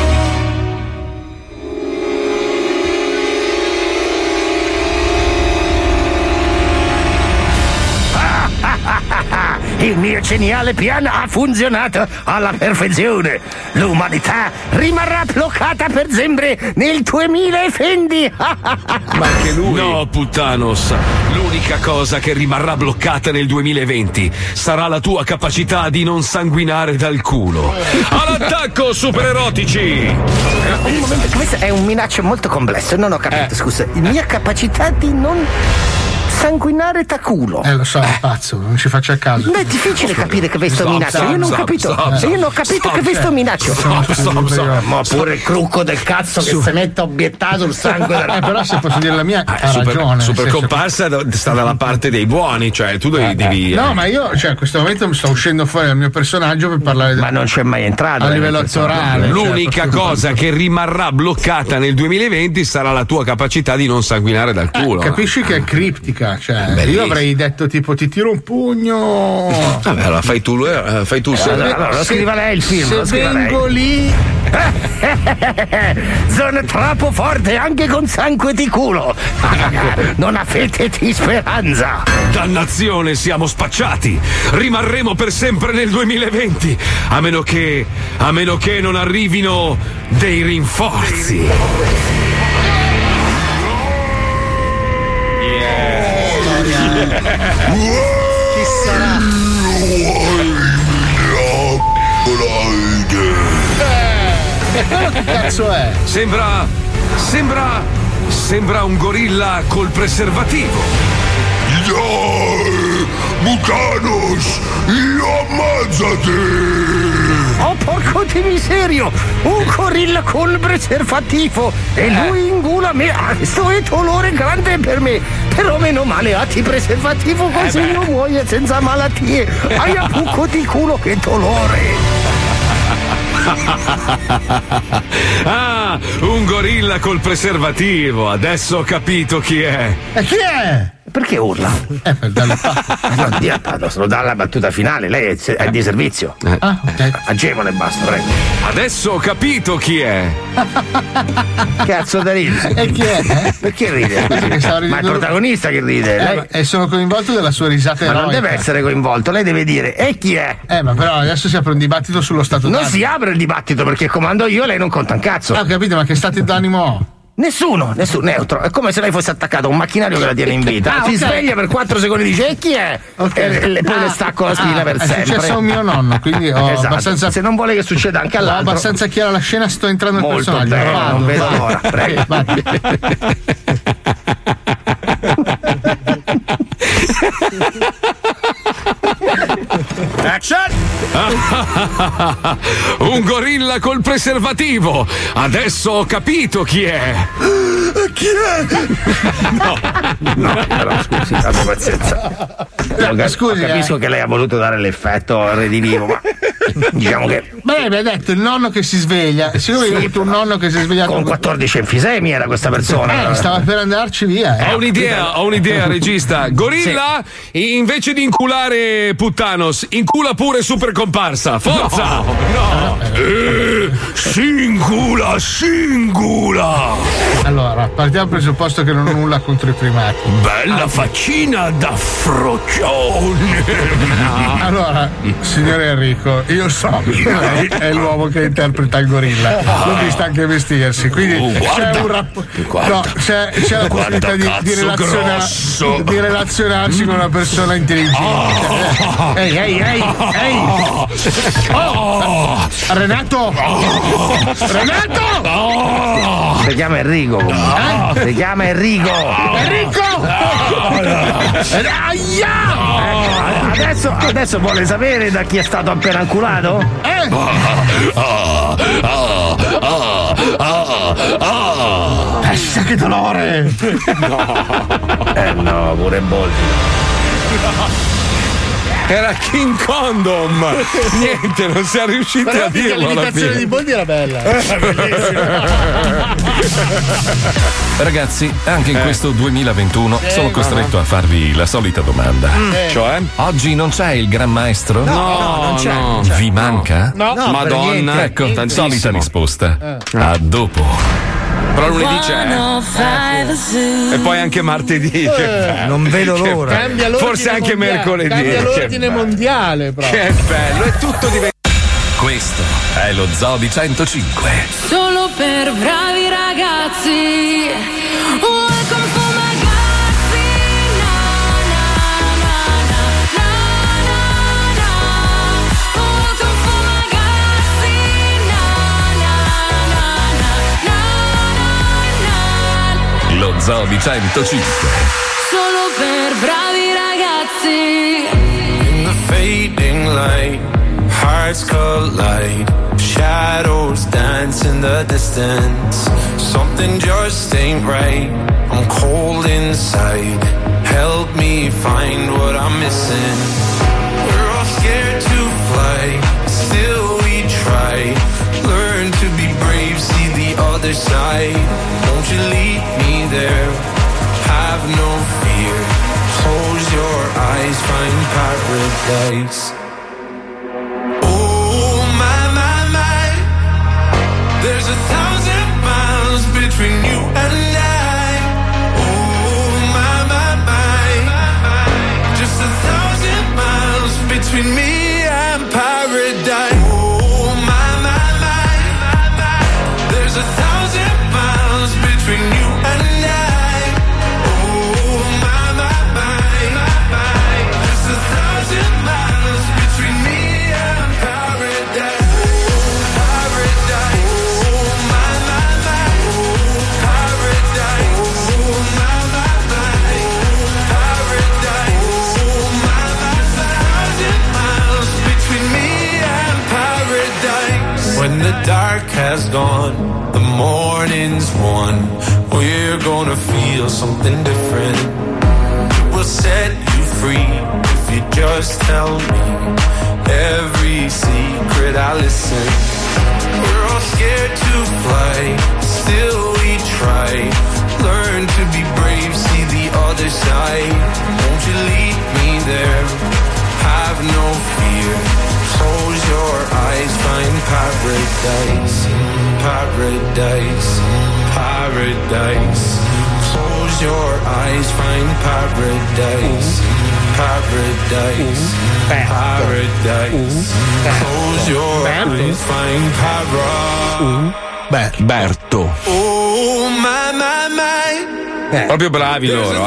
Il mio geniale piano ha funzionato alla perfezione. L'umanità rimarrà bloccata per sempre nel 2020. Ma anche lui? No, Puttanos. L'unica cosa che rimarrà bloccata nel 2020 sarà la tua capacità di non sanguinare dal culo. All'attacco, supererotici! Un momento, questo è un minaccio molto complesso. Non ho capito, scusa. La mia capacità di non sanguinare da culo. Lo so, è pazzo, non ci faccia caso. Ma è difficile capire che questo minaccio. Io non ho capito. Io non ho capito che questo minaccio. Ma pure il trucco del cazzo che si mette obiettato sul sangue. Però se posso dire la mia, ha ragione. Super comparsa sta dalla parte dei buoni, cioè tu devi. No, ma io, cioè, in questo momento mi sto uscendo fuori dal mio personaggio per parlare. Ma non c'è mai entrato a livello attorale. L'unica cosa che rimarrà bloccata nel 2020 sarà la tua capacità di non sanguinare dal culo. Capisci che è criptica. Cioè, io avrei detto tipo ti tiro un pugno. Vabbè, allora fai tu. Allora lo scriva lei il film. Se vengo lì. Sono troppo forte anche con sangue di culo. Non avete di speranza. Dannazione, siamo spacciati. Rimarremo per sempre nel 2020. A meno che non arrivino dei rinforzi. Chi sarà? Che cazzo è? Sembra un gorilla col preservativo. Puttanos, io ammazzati! Oh, porco di miserio! Un gorilla col preservativo! E lui ingula me! Questo è dolore grande per me! Però meno male atti preservativo così io muoio senza malattie! Hai a buco di culo, che dolore! Ah, un gorilla col preservativo! Adesso ho capito chi è! E chi è? Perché urla? Per darle solo dalla battuta finale, lei è di servizio. Ok. Agevole e basta, prego. Adesso ho capito chi è. Cazzo da ridere. E chi è? Perché ride? Ma è il protagonista che ride. Lei... E sono coinvolto della sua risata eroica. Ma non deve essere coinvolto, lei deve dire e chi è? Ma però adesso si apre un dibattito sullo stato d'animo. Non si apre il dibattito perché comando io, lei non conta un cazzo. Ho capito, ma che stato d'animo ho? Nessuno, neutro. È come se lei fosse attaccato a un macchinario che la tiene in vita. Si sveglia per 4 secondi e dice e chi è? E poi le stacco la spina per sempre. È successo a mio nonno, quindi ho abbastanza. Se non vuole che succeda anche all'altro. Ho abbastanza chiara la scena, sto entrando nel personaggio. Bene, non vedo l'ora. Prego. Action! Un gorilla col preservativo! Adesso ho capito chi è! Chi è? No, però scusi, abbi pazienza. Scusi, capisco che lei ha voluto dare l'effetto redivivo, ma diciamo che. Beh, mi ha detto il nonno che si sveglia. Siccome hai avuto un nonno che si è svegliato con 14 enfisemi era questa persona. Stava per andarci via. Ho un'idea, regista. Gorilla, invece di inculare Puttanos, incula pure Super Comparsa. Forza! No. Singula! Allora, partiamo dal presupposto che non ho nulla contro i primati. Bella faccina da frocione! Allora, signore Enrico, io so che lei è l'uomo che interpreta il gorilla. L'ho vista anche vestirsi, quindi c'è un rapporto. C'è la possibilità di relazionarsi con una persona intelligente. Ehi! Renato! Si chiama Enrico. Si chiama Enrico! Adesso vuole sapere da chi è stato appena inculato? Che dolore! No, pure Boldi. Era King Condom. Niente, non siamo riusciti a dirlo. L'imitazione di Boldi era bella. Ragazzi, anche in questo 2021 sono costretto a farvi la solita domanda. Cioè? Oggi non c'è il Gran Maestro? No, non c'è. no. Vi manca? No. Madonna. Ecco, solita risposta. A dopo. Però lunedì c'è. E poi anche martedì. Non vedo l'ora. Cambia l'ordine Forse anche mondiale. mercoledì. Cambia l'ordine mondiale proprio. Che bello, è tutto diventato. Questo è lo Zoo di 105. Solo per bravi ragazzi. Welcome for my ragazzi. Na na na na na na na. Welcome for my ragazzi. Na na na na na na. Lo Zoo di 105. Solo per bravi ragazzi. In the fading light, hearts collide, shadows dance in the distance. Something just ain't right, I'm cold inside. Help me find what I'm missing. We're all scared to fly, still we try. Learn to be brave, see the other side. Won't you lead me there? Have no fear. Close your eyes, find paradise. There's 1,000 miles between you and I. Oh, my, my, my. Just 1,000 miles between me and paradise. Oh, my, my, my. There's 1,000 miles between you and I. Oh, my, my, my. Just 1,000 miles between me and paradise. When the dark has gone, the morning's won. We're gonna feel something different. We'll set you free if you just tell me every secret I listen. We're all scared to fly, still we try. Learn to be brave, see the other side. Won't you lead me there? Have no fear. Close your eyes, find paradise, paradise, paradise. Close your eyes, find paradise, paradise, paradise. Close your eyes, find paradise. Berto. Oh, my, my, my. Proprio bravi loro,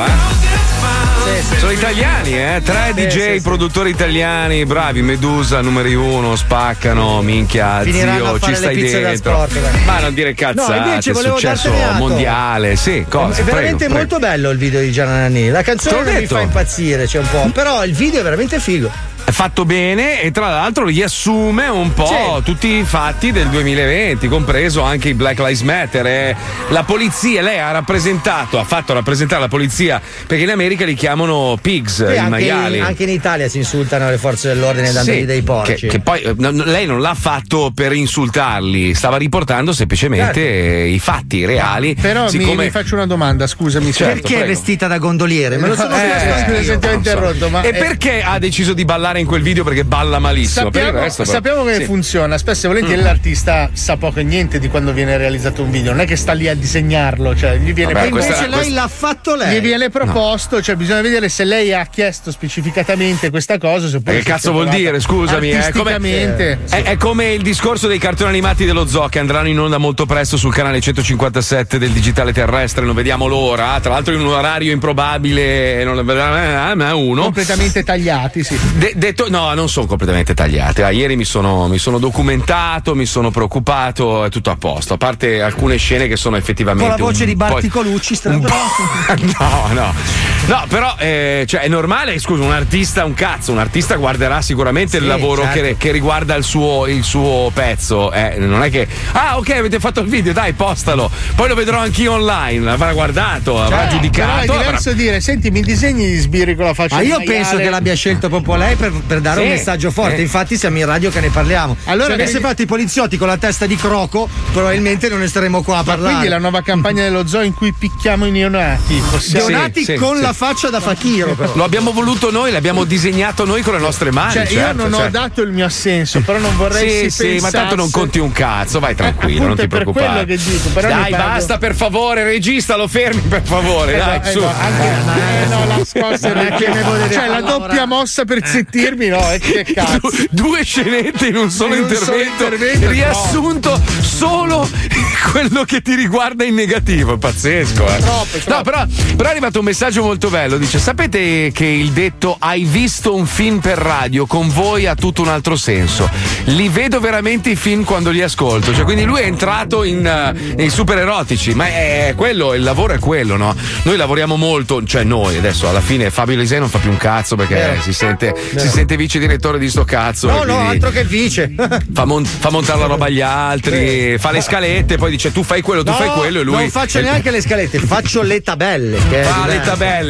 Sono italiani, 3 DJ produttori italiani, bravi, Medusa, numeri 1, spaccano, minchia, zio, ci stai dentro. Ma non dire cazzate, è successo mondiale, sì, cosa? È veramente molto bello il video di Gianna Nannini. La canzone non mi fa impazzire, c'è un po', però il video è veramente figo. È fatto bene e tra l'altro riassume un po' tutti i fatti del 2020, compreso anche i Black Lives Matter. La polizia, lei ha fatto rappresentare la polizia, perché in America li chiamano pigs, i maiali. Anche in Italia si insultano le forze dell'ordine dandogli dei porci. Che poi lei non l'ha fatto per insultarli, stava riportando semplicemente i fatti reali. Però mi faccio una domanda, scusami. Perché è vestita da gondoliere? Me lo sono interrotto. E perché ha deciso di ballare in quel video? Perché balla malissimo. Sappiamo che funziona. Spesso e volentieri l'artista sa poco e niente di quando viene realizzato un video. Non è che sta lì a disegnarlo, cioè gli viene lei l'ha fatto lei. Gli viene proposto, cioè bisogna vedere se lei ha chiesto specificatamente questa cosa. Che cazzo vuol dire? Scusami, è come il discorso dei cartoni animati dello zoo che andranno in onda molto presto sul canale 157 del digitale terrestre. Non vediamo l'ora. Tra l'altro in un orario improbabile, uno completamente tagliati, sì. No, non sono completamente tagliate. Ieri mi sono documentato, mi sono preoccupato, è tutto a posto. A parte alcune scene che sono effettivamente. Con la voce di Barti Colucci, No, però cioè è normale, scusa, un artista guarderà sicuramente il lavoro che riguarda il suo pezzo. Non è che ok, avete fatto il video, dai, postalo. Poi lo vedrò anch'io online, l'avrà guardato, avrà giudicato. Però è diverso dire, senti, mi disegni gli sbirri con la faccia. Io penso che l'abbia scelto proprio lei per per dare un messaggio forte. Infatti siamo in radio che ne parliamo. Allora, se avesse fatto i poliziotti con la testa di croco, probabilmente non ne staremo qua a parlare. Quindi la nuova campagna dello zoo in cui picchiamo i neonati. Neonati con la faccia da fakiro. Lo abbiamo voluto noi, l'abbiamo disegnato noi con le nostre mani. Cioè, io non ho dato il mio assenso, però non vorrei sì, ma tanto non conti un cazzo, vai tranquillo, non ti preoccupare. Quello che dico, però dai, basta, per favore, regista, lo fermi per favore, dai, su. No, la scossa cioè la doppia mossa per zittirmi, no, che cazzo. Due scenette in un solo intervento, riassunto solo quello che ti riguarda in negativo, è pazzesco, Troppo. No, però è arrivato un messaggio molto bello, dice: sapete che il detto "hai visto un film per radio" con voi ha tutto un altro senso. Li vedo veramente i film quando li ascolto, cioè, quindi lui è entrato nei super erotici, ma è quello, il lavoro è quello, no? Noi lavoriamo molto, cioè noi adesso alla fine Fabio Lisei non fa più un cazzo perché si sente vice direttore di sto cazzo. No, altro che vice. Fa montare la roba agli altri, fa le scalette, poi dice tu fai quello, tu fai quello, e lui non faccio neanche le scalette, faccio le tabelle. Le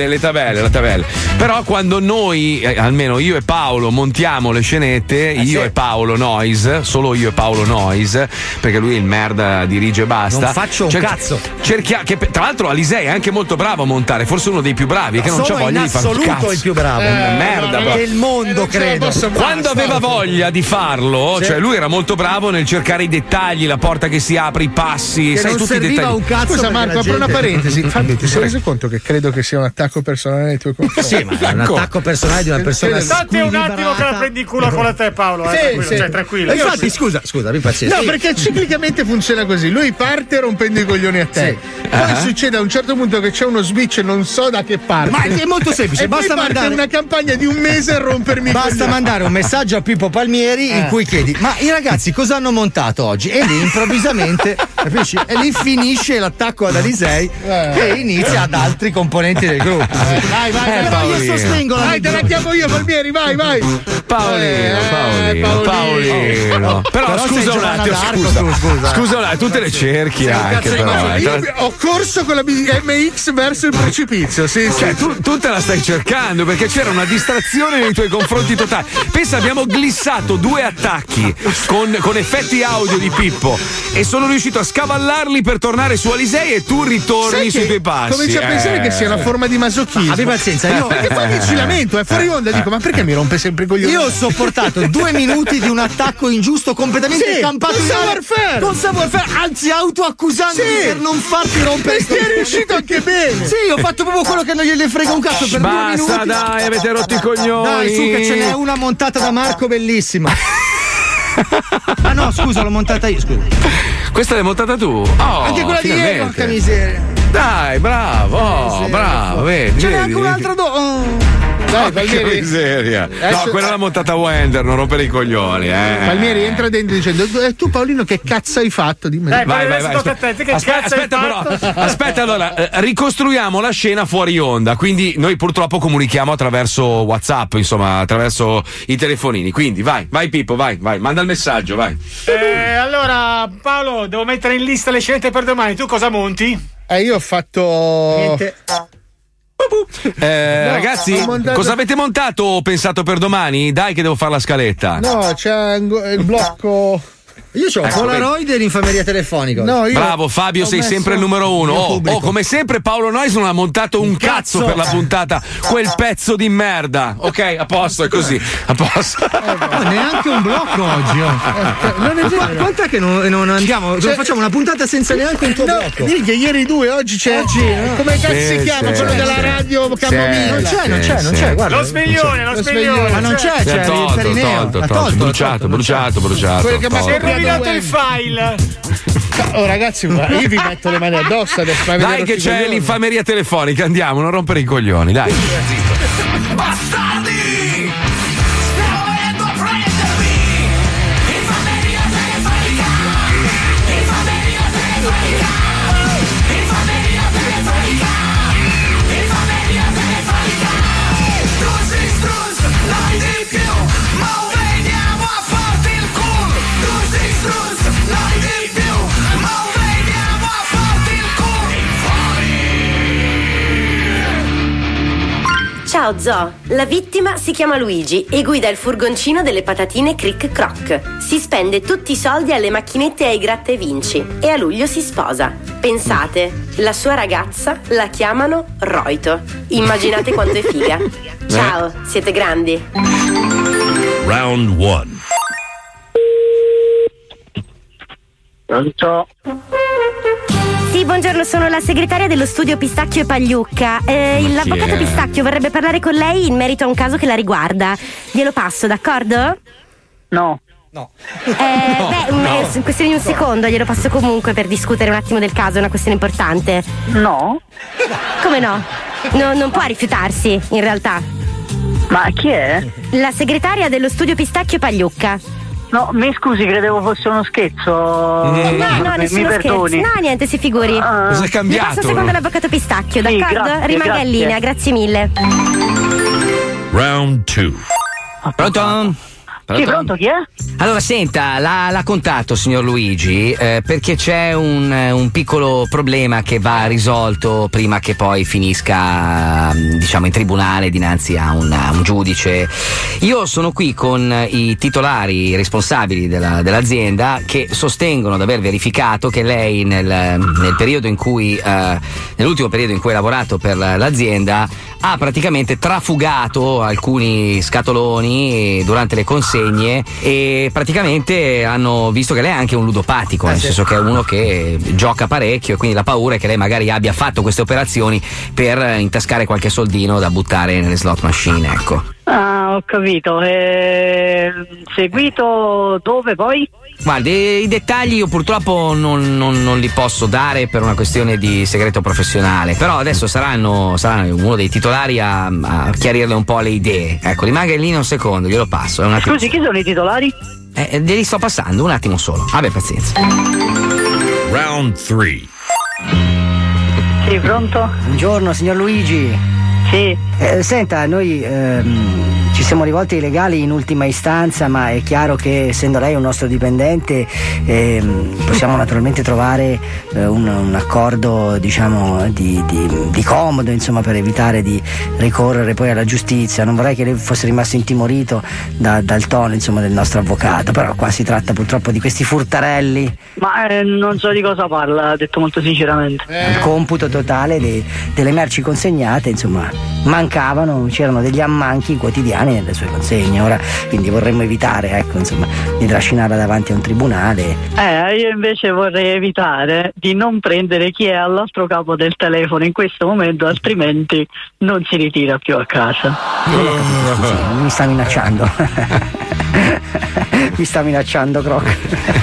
tabelle. Però quando noi, almeno io e Paolo, montiamo le scenette, e Paolo Noise, solo io e Paolo Noise, perché lui il merda dirige e basta. Non faccio un cazzo. Che tra l'altro Alisei è anche molto bravo a montare, forse uno dei più bravi, che non c'ha voglia di fare un cazzo. Assoluto il più bravo. Merda, del mondo, credo. Quando aveva voglia di farlo, cioè lui era molto bravo nel cercare i dettagli, la porta che si apre, i passi, che sai, non tutti i serviva dettagli. un cazzo. Scusa Marco, apro una parentesi. Fabio, ti sei reso conto che credo che sia un attacco personale nei tuoi confronti? Sì, ma è un attacco personale di una persona. State un attimo che la prendi in culo con te, Paolo. Tranquillo. Infatti, scusa, abbi pazienza. No, perché ciclicamente funziona così. Lui parte rompendo i coglioni a te. Poi succede a un certo punto che c'è uno switch, non so da che parte. Ma è molto semplice, e basta poi mandare una campagna di un mese a rompermi. Basta mandare un messaggio a Pippo Palmieri in cui chiedi: ma i ragazzi cosa hanno montato oggi? E lì improvvisamente, capisci? E lì finisce l'attacco ad Alisei e inizia ad altri componenti del gruppo. Vai, però io sostengo la. Vai, te la chiamo io, Palmieri, vai. Paolino. Però scusa un attimo, scusa, tu te le cerchi anche, però. Io ho corso con la BMX verso il precipizio, sì. Cioè, tu te la stai cercando perché c'era una distrazione nei tuoi confronti totali. Pensa, abbiamo glissato 2 attacchi con effetti audio di Pippo e sono riuscito a scavallarli per tornare su Alisei e tu ritorni sui tuoi passi. Comincio a pensare che sia una forma di masochismo. Abbi pazienza, perché poi ci lamento, è fuori onda, dico, ma perché mi rompe sempre i coglioni? Io ho sopportato 2 minuti di un attacco ingiusto completamente campato in aria. Con savoir-faire, anzi autoaccusandomi per non farti rompere. Sei riuscito anche bene. Sì, ho fatto proprio quello che non gliene frega un cazzo per 2 minuti. Basta, dai, avete rotto i coglioni. Dai, su che ce n'è una montata da Marco bellissima. Ah no, scusa, l'ho montata io, scusa. Questa l'hai montata tu? Anche quella di ieri, porca miseria. Dai, bravo, vedi. Ce n'è anche un altro Dai, Palmieri. Miseria. No, quella l'ha montata Wender, non rompere i coglioni, Palmieri entra dentro dicendo: tu Paolino che cazzo hai fatto? Dimmi. Vai. Aspetta, allora, ricostruiamo la scena fuori onda, quindi noi purtroppo comunichiamo attraverso WhatsApp, insomma, attraverso i telefonini. Quindi vai Pippo, vai, manda il messaggio, vai. Allora, Paolo, devo mettere in lista le scelte per domani. Tu cosa monti? Io ho fatto niente. Ragazzi, cosa avete montato o pensato per domani? Dai che devo fare la scaletta. No, c'è il blocco. Io c'ho Polaroid e l'infameria telefonica. Bravo Fabio, sei sempre il numero 1. Come sempre Paolo Nois non ha montato un cazzo per la puntata. Quel pezzo di merda. Ok, a posto, è così. A posto. Neanche un blocco oggi. Non è vero. Quant'è che non andiamo? Facciamo una puntata senza neanche un tuo blocco. Vedi che ieri 2, oggi c'è. Come cazzo si chiama? Quello della radio Camomilla. Non c'è, guarda. Lo sveglione. Ma non c'è, c'è il perineo. Bruciato. Quello che si è rovinato il file. Ragazzi, io vi metto le mani addosso adesso. Dai che c'è l'infameria telefonica, andiamo, non rompere i coglioni, dai. Bastardi! Stiamo venendo a prendervi! Infameria telefonica! Infameria telefonica! Infameria telefonica! Infameria telefonica! Struz, noi di più! Ma veniamo a farti il culo! Struz, noi di più! Ma veniamo a farti il culo! Ciao Ciao Zo, la vittima si chiama Luigi e guida il furgoncino delle patatine Crick Croc. Si spende tutti i soldi alle macchinette e ai gratta e vinci e a luglio si sposa. Pensate, la sua ragazza la chiamano Roito. Immaginate quanto è figa. Ciao, siete grandi. Round 1. Pronto? Sì, buongiorno, sono la segretaria dello studio Pistacchio e Pagliucca. L'avvocato Pistacchio vorrebbe parlare con lei in merito a un caso che la riguarda. Glielo passo, d'accordo? No. È questione di un secondo, glielo passo comunque per discutere un attimo del caso, è una questione importante. No. Come no? Non può rifiutarsi, in realtà. Ma chi è? La segretaria dello studio Pistacchio e Pagliucca. No, mi scusi, credevo fosse uno scherzo. No, nessuno scherzo. No, niente, si figuri. Cosa è cambiato? Mi passo un secondo l'avvocato Pistacchio, Sì, d'accordo? grazie, Rimanga grazie. in linea, grazie mille. Round 2. Pronto? Sì, pronto, chi è? Allora, senta, la contatto, signor Luigi, perché c'è un piccolo problema che va risolto prima che poi finisca, diciamo, in tribunale dinanzi a un giudice. Io sono qui con i titolari responsabili dell'azienda che sostengono di aver verificato che lei nel periodo in cui, nell'ultimo periodo in cui ha lavorato per l'azienda, ha praticamente trafugato alcuni scatoloni durante le consegne e praticamente hanno visto che lei è anche un ludopatico, nel senso che è uno che gioca parecchio e quindi la paura è che lei magari abbia fatto queste operazioni per intascare qualche soldino da buttare nelle slot machine, ecco. Ah, ho capito. Seguito dove poi? Guardi, i dettagli io purtroppo non li posso dare per una questione di segreto professionale, però adesso saranno uno dei titolari a chiarirle un po' le idee. Ecco, rimanga in linea un secondo, glielo passo. Scusi, chi sono i titolari? Glieli sto passando, un attimo solo. Abbia pazienza. Round 3. Sì, pronto? Buongiorno, signor Luigi. Sì. Senta, noi ci siamo rivolti ai legali in ultima istanza, ma è chiaro che essendo lei un nostro dipendente possiamo naturalmente trovare un accordo, diciamo, di comodo, insomma, per evitare di ricorrere poi alla giustizia. Non vorrei che lei fosse rimasto intimorito dal tono, insomma, del nostro avvocato, però qua si tratta purtroppo di questi furtarelli. Ma non so di cosa parla, detto molto sinceramente. Il computo totale delle merci consegnate, insomma, c'erano degli ammanchi quotidiani nelle sue consegne. Ora quindi vorremmo evitare, ecco, insomma, di trascinarla davanti a un tribunale. Io invece vorrei evitare di non prendere chi è all'altro capo del telefono in questo momento, altrimenti non si ritira più a casa. Sì, mi sta minacciando. Mi sta minacciando Croc.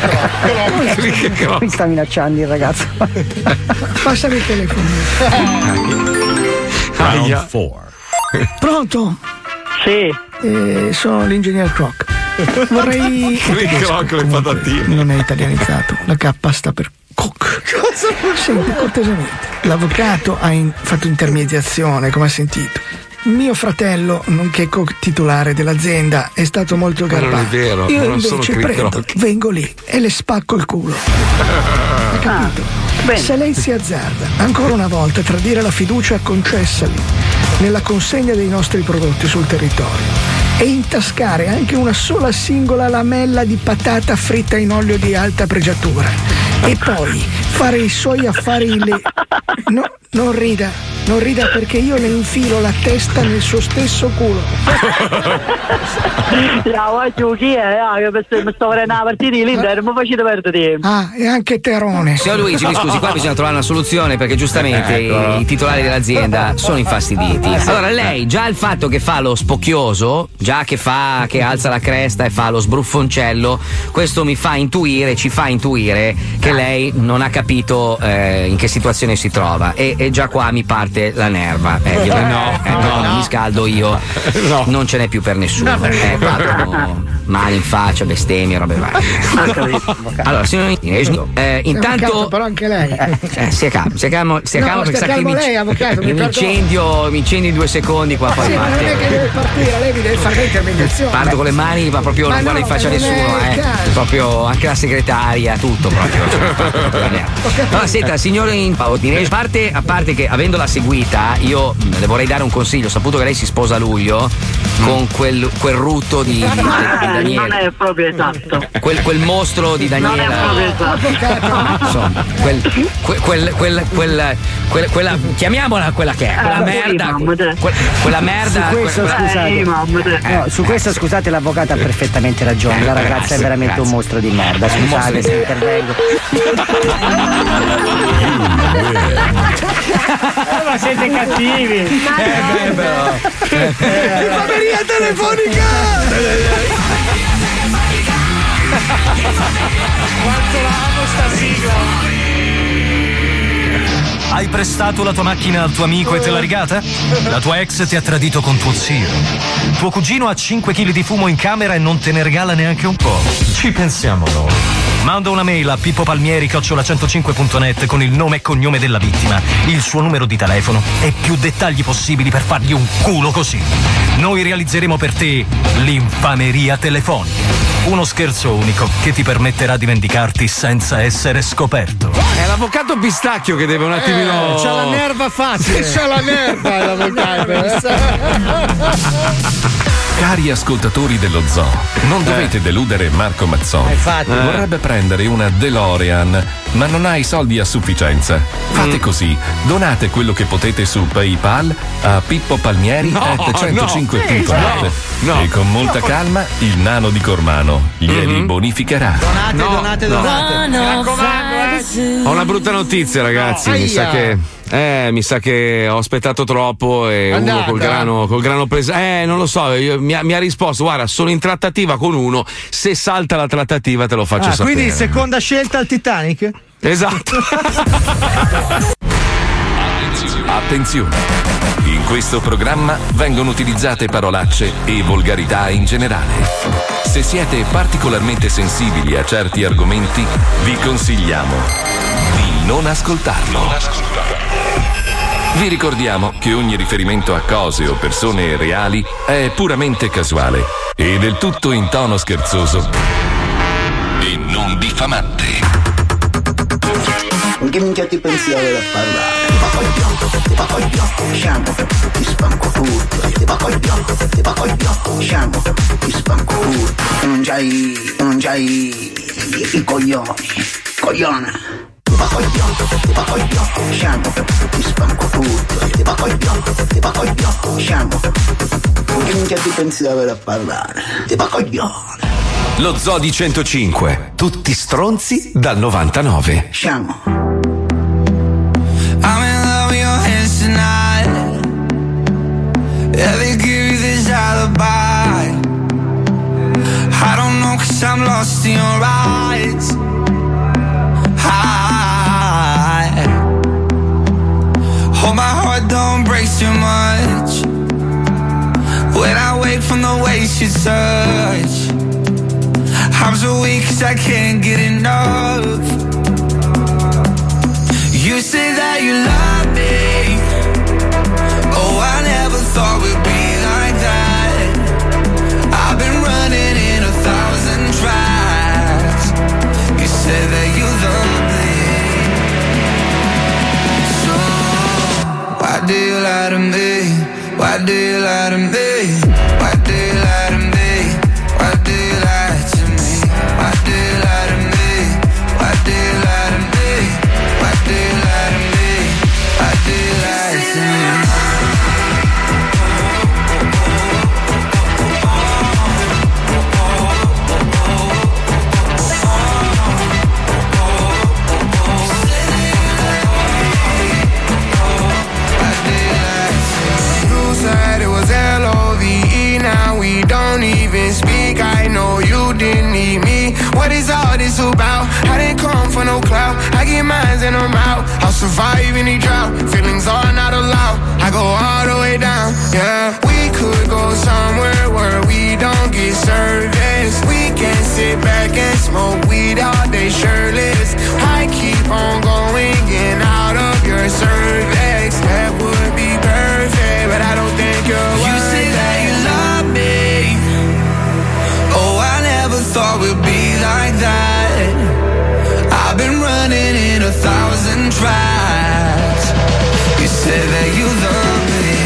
Mi sta minacciando il ragazzo. Passami il telefono. Round 4. Pronto? Sì. Sono l'ingegner Croc. Vorrei. Croc le patatine. Non è italianizzato. La K sta per Cook. Cosa? Senti, cortesemente. L'avvocato ha fatto intermediazione, come ha sentito. Mio fratello, nonché co-titolare dell'azienda, è stato molto garbato. Non è vero. Io non invece prendo, vengo lì e le spacco il culo. Ha capito? Se lei si azzarda ancora una volta a tradire la fiducia concessali nella consegna dei nostri prodotti sul territorio e intascare anche una sola singola lamella di patata fritta in olio di alta pregiatura e poi fare i suoi affari No, non rida perché io le infilo la testa nel suo stesso culo. Chi è? Che mi sto vedendo la partita di l'Inter, mi facete perdere tempo. Ah, e anche Terone. Signor Luigi, mi scusi, qua bisogna trovare una soluzione perché giustamente i titolari dell'azienda sono infastiditi. Allora, lei già il fatto che fa lo spocchioso, già che alza la cresta e fa lo sbruffoncello, questo ci fa intuire che lei non ha capito in che situazione si trova e già qua mi parte la nerva. No, mi scaldo io. Non ce n'è più per nessuno. mani in faccia, bestemmie, robe varie. Allora, signor intanto però anche lei si calma perché sa che lei, avvocato, mi incendi in 2 secondi qua poi ma non è che deve partire, lei mi deve fare l'intermediazione. Parto con le mani, ma proprio non guarda in faccia a nessuno, proprio anche la segretaria, tutto proprio. No, senta, signore a parte che avendola seguita, io le vorrei dare un consiglio. Ho saputo che lei si sposa a luglio con quel rutto di Daniele. Non è proprio esatto. Quel mostro di Daniele. Non è proprio esatto. Insomma, quella chiamiamola quella che è, quella merda. Quella merda. Su questo scusate, l'avvocato ha perfettamente ragione. La ragazza è veramente un mostro di merda. Scusate se intervengo. Ma siete cattivi. Infameria telefonica. Quanto la amo sta sigla. Hai prestato la tua macchina al tuo amico e te l'ha rigata? La tua ex ti ha tradito con tuo zio. Tuo cugino ha 5 kg di fumo in camera e non te ne regala neanche un po'. Ci pensiamo noi. Manda una mail a pippopalmieri@105.net con il nome e cognome della vittima, il suo numero di telefono e più dettagli possibili per fargli un culo così. Noi realizzeremo per te l'infameria telefonica. Uno scherzo unico che ti permetterà di vendicarti senza essere scoperto. È l'avvocato Pistacchio che deve un attimino. C'ha la nerva facile. C'ha la nerva l'avvocato. Cari ascoltatori dello Zoo, non dovete deludere Marco Mazzoni. Infatti. Vorrebbe prendere una DeLorean, ma non ha i soldi a sufficienza. Fate così, donate quello che potete su PayPal a Pippo Palmieri @105.net e con molta calma il nano di Cormano glieli bonificherà. Donate. Mi raccomando, Ho una brutta notizia, ragazzi. Mi sa che ho aspettato troppo e uno col grano preso. Non lo so, mi ha risposto: guarda, sono in trattativa con uno, se salta la trattativa te lo faccio sapere. Quindi seconda scelta al Titanic? Esatto. Attenzione! In questo programma vengono utilizzate parolacce e volgarità in generale. Se siete particolarmente sensibili a certi argomenti, vi consigliamo di non ascoltarlo. Vi ricordiamo che ogni riferimento a cose o persone reali è puramente casuale e del tutto in tono scherzoso e non diffamante. Che minchia ti pensiamo da parlare? Ti va col bianco, sciamo, ti spanco furto. Ti va col bianco, sciamo, ti spanco furto. Non c'hai i cogliona. Ti va col bianco, sciamo, ti spanco furto. Ti va col bianco, sciamo. Che minchia ti pensiamo da parlare? Ti va coglione. Lo Zoo di 105, tutti stronzi dal 99. Sciamo. I'm in love with your hands tonight. Yeah, they give you this alibi. I don't know 'cause I'm lost in your eyes. Oh, my heart don't break too much when I wake from the way she touch. I'm so weak 'cause I can't get enough. You say that you love me. Oh, I never thought we'd be like that. I've been running in 1,000 tracks. You say that you love me. So why do you lie to me? Why do you lie to me? Why do you lie to me? Why do you lie to me? Why do you lie to me? Why do you lie to me? Why do you lie to me? Why do you lie to me? You said it was L-O-V-E, now we don't even speak. I know you didn't need me. What is all this about? I didn't come for no clout. I get mines and I'm out. I'll survive any drought. Feelings are not allowed. I go all the way down. Yeah, we could go somewhere where we don't get service. tracks. You said that you love me,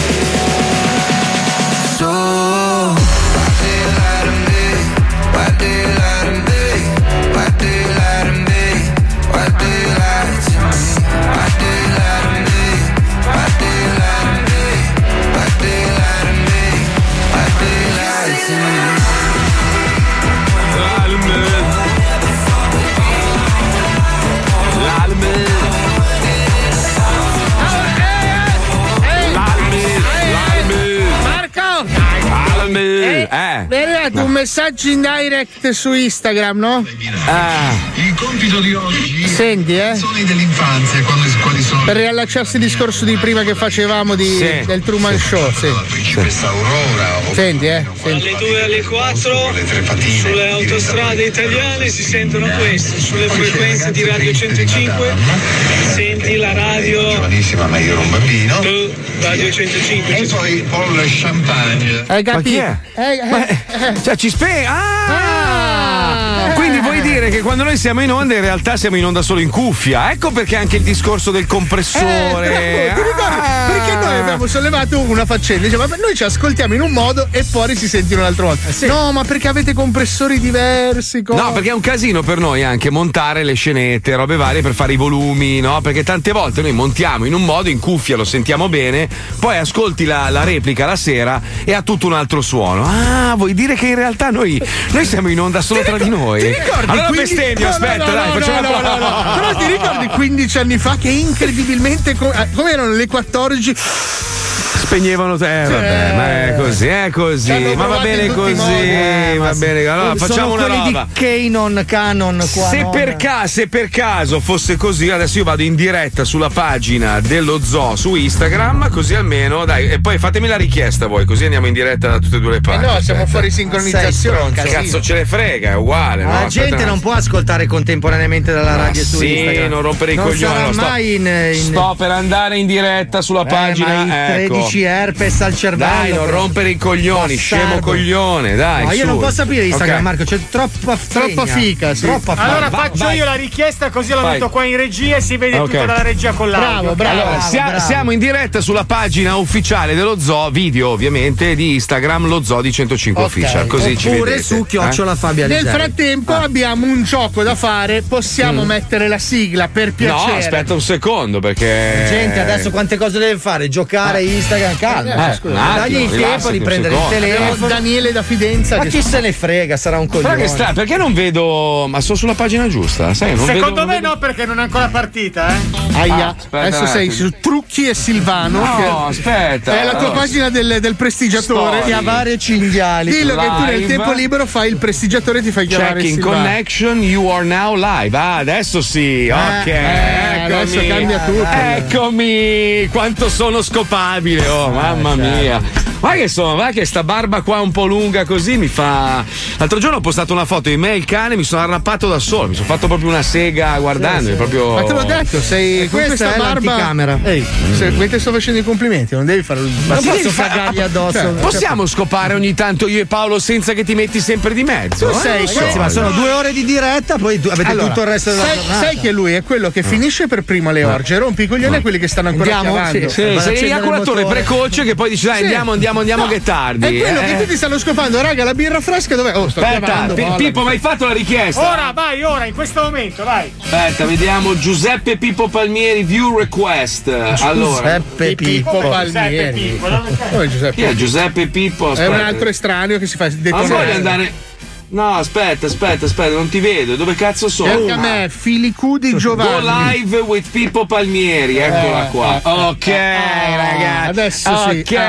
so why do you lie to me? Why do you lie to me? Why do you lie to me? Why do you lie to me? Why do you lie to me? Why do you lie to me? Why do you lie to me? Why do you lie to me? Mi è arrivato un messaggio in direct su Instagram, no? Il compito di oggi senti, canzoni dell'infanzia, quali sono? Per riallacciarsi al discorso di prima che facevamo del Truman Show, sì. La principessa Aurora. Senti, Alle 2 e alle 4 sulle autostrade italiane si sentono questi, sulle frequenze di Radio 105 senti la radio giovanissima, ma io ero un bambino. Radio 105 e poi Paul Champagne. Hai capito? Cioè ci quindi vuoi dire che quando noi siamo in onda in realtà siamo in onda solo in cuffia? Ecco perché anche il discorso del compressore. Ti ricordi? Perché noi abbiamo sollevato una faccenda, diciamo, ma noi ci ascoltiamo in un modo e fuori si sente in un altro modo. No, ma perché avete compressori diversi? No, perché è un casino per noi anche montare le scenette, robe varie per fare i volumi, no? Perché tante volte noi montiamo in un modo, in cuffia lo sentiamo bene, poi ascolti la replica la sera e ha tutto un altro suono. Vuoi dire che in realtà noi siamo in onda solo tra di noi? Ti ricordi? Allora bestemmio, aspetta, dai, facciamo la prova. Però ti ricordi 15 anni fa che incredibilmente come erano le 14 spegnevano vabbè, ma è così, ma va bene così, va bene. Allora facciamo una roba. Di Canon qua. Se per caso fosse così, adesso io vado in diretta sulla pagina dello Zoo su Instagram, così almeno, dai, e poi fatemi la richiesta voi, così andiamo in diretta da tutte e due le parti. No, siamo fuori sincronizzazione. Cazzo ce ne frega, è uguale. La gente non può ascoltare contemporaneamente dalla radio su Instagram. Sì, non rompere i coglioni. Sto per andare in diretta sulla pagina. 13 herpes al cervello. Dai, non rompere i coglioni, scemo coglione, dai. Ma io non posso aprire Instagram, Marco, c'è troppa fica, sì. Allora faccio io la richiesta, così la metto qua in regia e si vede tutta dalla regia con l'audio. Bravo. Allora, siamo in diretta sulla pagina ufficiale dello Zoo, video ovviamente, di Instagram, lo Zoo di 105 Official, così ci vedete. Oppure su @Fabio Nel frattempo abbiamo un gioco da fare, possiamo mettere la sigla per piacere. No, aspetta un secondo perché gente adesso quante cose deve fare? Giocare Instagram, calma. Dagli il tempo di prendere il telefono. Daniele da Fidenza. Ma chi se ne frega, sarà un coglione. Che strano, perché non vedo. Ma sono sulla pagina giusta? Sai, Secondo me no, perché non è ancora partita, Aia, adesso sei su Trucchi e Silvano. No, aspetta. È la tua pagina del prestigiatore. Chiavare cinghiali. Dillo che tu nel tempo libero fai il prestigiatore e ti fai chiamare Checking Silvano. connection, you are now live. Adesso sì, ok. Adesso cambia tutto. Eccomi, quanto sono scopabile. Oh, mamma mia. Guarda che sta barba qua un po' lunga così mi fa. L'altro giorno ho postato una foto di me e il cane, mi sono arrappato da solo, mi sono fatto proprio una sega guardandomi. Proprio. Ma te l'ho detto, sei con questa barba. Ehi, mentre sto facendo i complimenti, non devi fare. Non posso cagargli addosso. Possiamo scopare ogni tanto io e Paolo senza che ti metti sempre di mezzo? Ma sono 2 ore di diretta, poi avete tutto il resto della giornata. Sai che lui è quello che finisce per primo le orge, rompi i coglioni a quelli che stanno ancora chiamando. Sei l'eiaculatore precoce che poi dice dai andiamo che è tardi. È quello che tutti stanno scopando, raga, la birra fresca dov'è? Sto chiamando. Pippo, ma hai fatto la richiesta? Ora, in questo momento, vai. Aspetta, vediamo Giuseppe Pippo Palmieri, view request. Allora, Giuseppe Pippo Palmieri. Chi è Giuseppe Pippo? È un altro estraneo che si fa detonare. Ma voglio andare. No, aspetta, non ti vedo. Dove cazzo sono? Cerca me, Filicudi Giovanni. Go live with Pippo Palmieri, eccola qua. Ok, ragazzi. Adesso sì. Ok,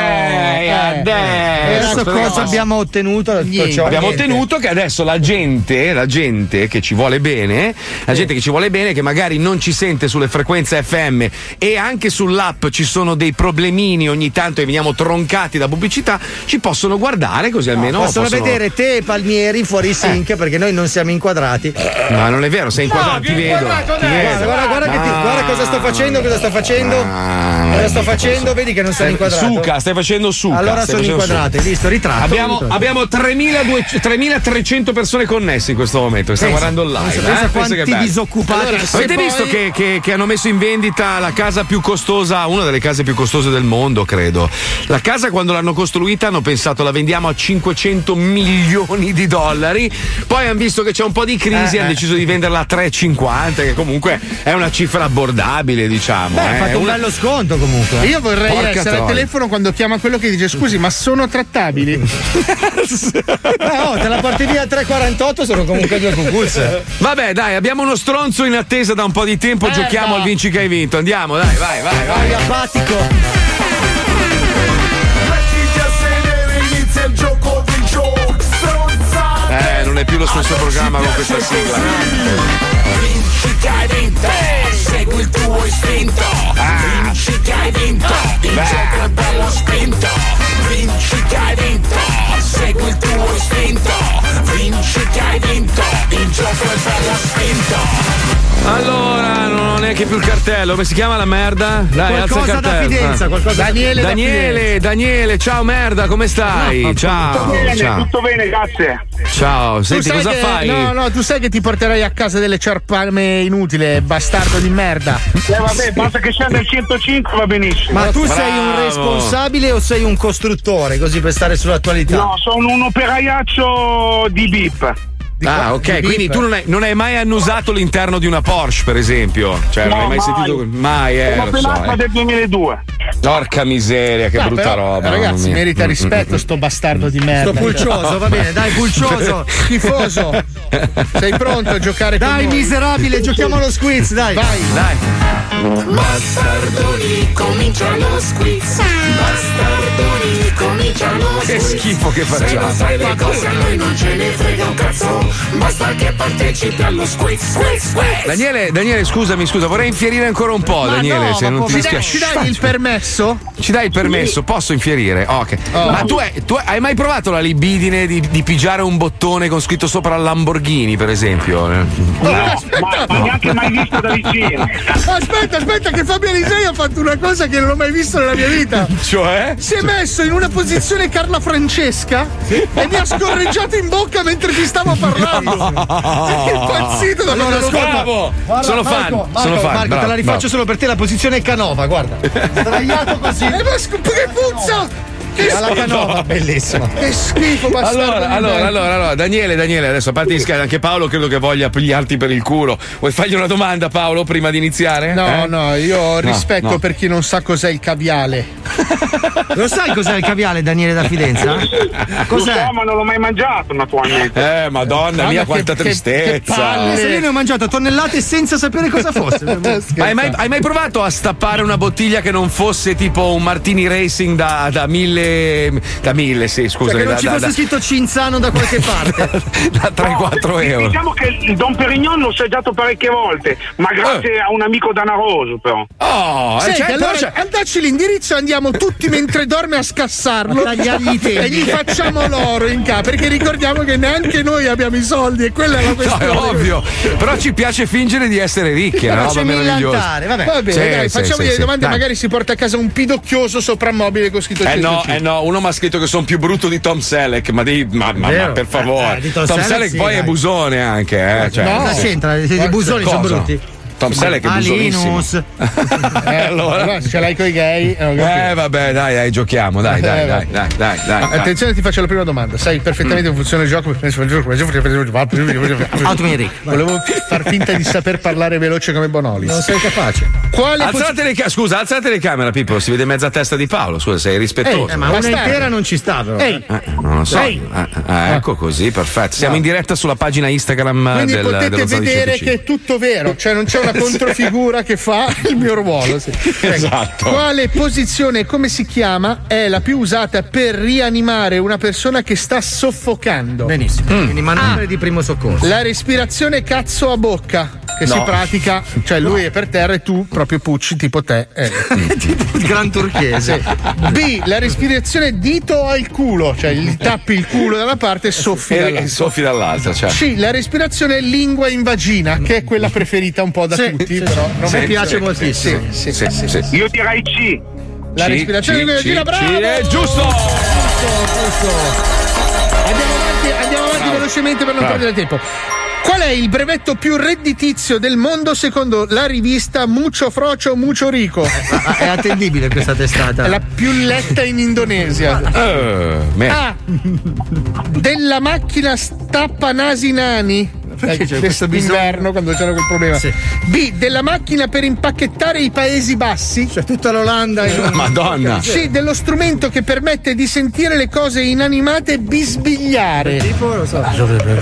adesso cosa abbiamo ottenuto? Abbiamo ottenuto che adesso la gente che ci vuole bene, che magari non ci sente sulle frequenze FM e anche sull'app ci sono dei problemini ogni tanto e veniamo troncati da pubblicità, ci possono guardare così almeno possono vedere te Palmieri fuori sync perché noi non siamo inquadrati. Ma non è vero, sei inquadrato, ti vedo. Guarda cosa sto facendo, cosa sto facendo, vedi che non sono inquadrato. Stai facendo suca. Allora sono inquadrate, visto, ritratto. Abbiamo 3.300 persone connesse in questo momento, stiamo guardando il live. Pensa quanti disoccupati. Allora, avete visto che hanno messo in vendita la casa più costosa, una delle case più costose del mondo, credo. La casa, quando l'hanno costruita, hanno pensato la vendiamo a $500 milioni. Poi hanno visto che c'è un po' di crisi e hanno deciso di venderla a 350, che comunque è una cifra abbordabile, diciamo. Ha fatto un bello sconto comunque. Io vorrei essere al telefono quando chiama quello che dice scusi, ma sono trattabili? Te la porti via a 3,48, sono comunque 2 cucuzze. Vabbè, dai, abbiamo uno stronzo in attesa da un po' di tempo, giochiamo al vinci che hai vinto. Andiamo, dai, vai. Apatico. Mettiti a sedere, inizia il gioco di gioco. Stronza. Non è più lo stesso programma con questa sigla. Vinci che hai vinto, segui il tuo istinto. Vinci che hai vinto, il gioco è bello spinto. Vinci che hai vinto, segui il tuo istinto. Vinci che hai vinto, il gioco è bello spinto. Allora, non ho neanche più il cartello. Come si chiama la merda? Dai, alza il cartello. Da Fidenza, qualcosa Daniele, ciao merda, come stai? Ciao. Tutto bene, grazie. Ciao, senti, cosa fai? No, tu sai che ti porterai a casa delle ciarpame inutile, bastardo di merda. Vabbè, basta che sia del 105, va benissimo. Ma tu sei un responsabile o sei un costruttore, così per stare sull'attualità? No, sono un operaiaccio di BIP. Ok, quindi tu non hai mai annusato l'interno di una Porsche, per esempio? Cioè, non hai mai sentito. Mai, Sono lo so. del 2002. Porca miseria, che brutta roba. Ragazzi, merita rispetto sto bastardo di merda. Sto pulcioso, va bene, dai, pulcioso. Schifoso. Sei pronto a giocare con noi? Dai, miserabile, giochiamo allo squiz, dai. Vai. Bastardoni, comincia lo squiz. Bastardoni, comincia lo squiz. Che schifo che facciamo. Se non sai le cose a noi non ce ne frega un cazzo. Basta che partecipi allo squiz. Daniele, scusami, vorrei infierire ancora un po', Daniele, se non ti dispiace. Ci dai il permesso? Ci dai il permesso? Posso infierire? Ok. Ma tu hai mai provato la libidine di pigiare un bottone con scritto sopra Lamborghini, per esempio? No, ma neanche mai visto da vicino. Aspetta, che Fabio Alisei ha fatto una cosa che non ho mai visto nella mia vita. Cioè? Si è messo in una posizione Carla Francesca e mi ha scorreggiato in bocca mentre ti stavo parlando. È impazzito da bravo. Sono fan. Marco, te la rifaccio solo per te, la posizione Canova, guarda. Sdraiato così. Che puzza! Alla Canova, bellissimo. Che schifo, bastardo. Allora, Daniele, adesso a parte di scherzo, anche Paolo credo che voglia pigliarti per il culo. Vuoi fargli una domanda, Paolo, prima di iniziare? No, io ho rispetto per chi non sa cos'è il caviale. Lo sai cos'è il caviale, Daniele da Fidenza? Cos'è? Lo so, ma non l'ho mai mangiato, naturalmente. Madonna mia, quanta tristezza. Io ne ho mangiato tonnellate senza sapere cosa fosse. Hai mai provato a stappare una bottiglia che non fosse tipo un Martini Racing da 1000? Da 1000, sì, scusa. Cioè che non ci fosse scritto Cinzano da qualche parte. Da 3-4 euro. Diciamo che il Don Perignon l'ho assaggiato parecchie volte, ma grazie a un amico danaroso, però. Andacci l'indirizzo, andiamo tutti mentre dorme a scassarlo e gli facciamo l'oro in capo, perché ricordiamo che neanche noi abbiamo i soldi e quella è la questione. No, è ovvio, però ci piace fingere di essere ricchi, è una roba meravigliosa. Va bene, dai, facciamo delle domande, magari si porta a casa un pidocchioso soprammobile con scritto no, uno mi ha scritto che sono più brutto di Tom Selleck, ma per favore. Tom Selleck poi è busone anche, cioè. Cosa c'entra? I busoni sono brutti. Tom Selleck è busolissimo. Allora, ce l'hai coi gay. Vabbè, dai, giochiamo, dai. Attenzione, ti faccio la prima domanda. Sai perfettamente come funziona il gioco. Volevo far finta di saper parlare veloce come Bonolis. Non sei capace. Alzate le camere, Pippo, si vede mezza testa di Paolo. Scusa, sei rispettoso. Ma una intera non ci sta, però. Non lo so. Ecco così, perfetto. Siamo in diretta sulla pagina Instagram. Quindi potete vedere che è tutto vero, cioè non c'è una controfigura che fa il mio ruolo. Esatto. Quale posizione, come si chiama, è la più usata per rianimare una persona che sta soffocando? Benissimo. Quindi manovre di primo soccorso. La respirazione cazzo a bocca. che si pratica, cioè lui è per terra e tu proprio pucci tipo te. Tipo il Gran Turchese. B, la respirazione dito al culo, cioè gli tappi il culo da una parte e soffi dall'altra. Soffi dall'altra, cioè. C, la respirazione lingua in vagina, che è quella preferita un po' da tutti, però non mi piace moltissimo. Sì. Io direi C. La respirazione lingua in vagina, bravo! È giusto! Andiamo avanti velocemente per non perdere tempo. Qual è il brevetto più redditizio del mondo secondo la rivista Mucho Frocio Mucho Rico? È attendibile questa testata. È la più letta in Indonesia. A, della macchina stappa nasi nani. D'inverno quando c'era quel problema. B, della macchina per impacchettare i Paesi Bassi, cioè tutta l'Olanda Madonna. C, dello strumento che permette di sentire le cose inanimate bisbigliare. Tipo lo so.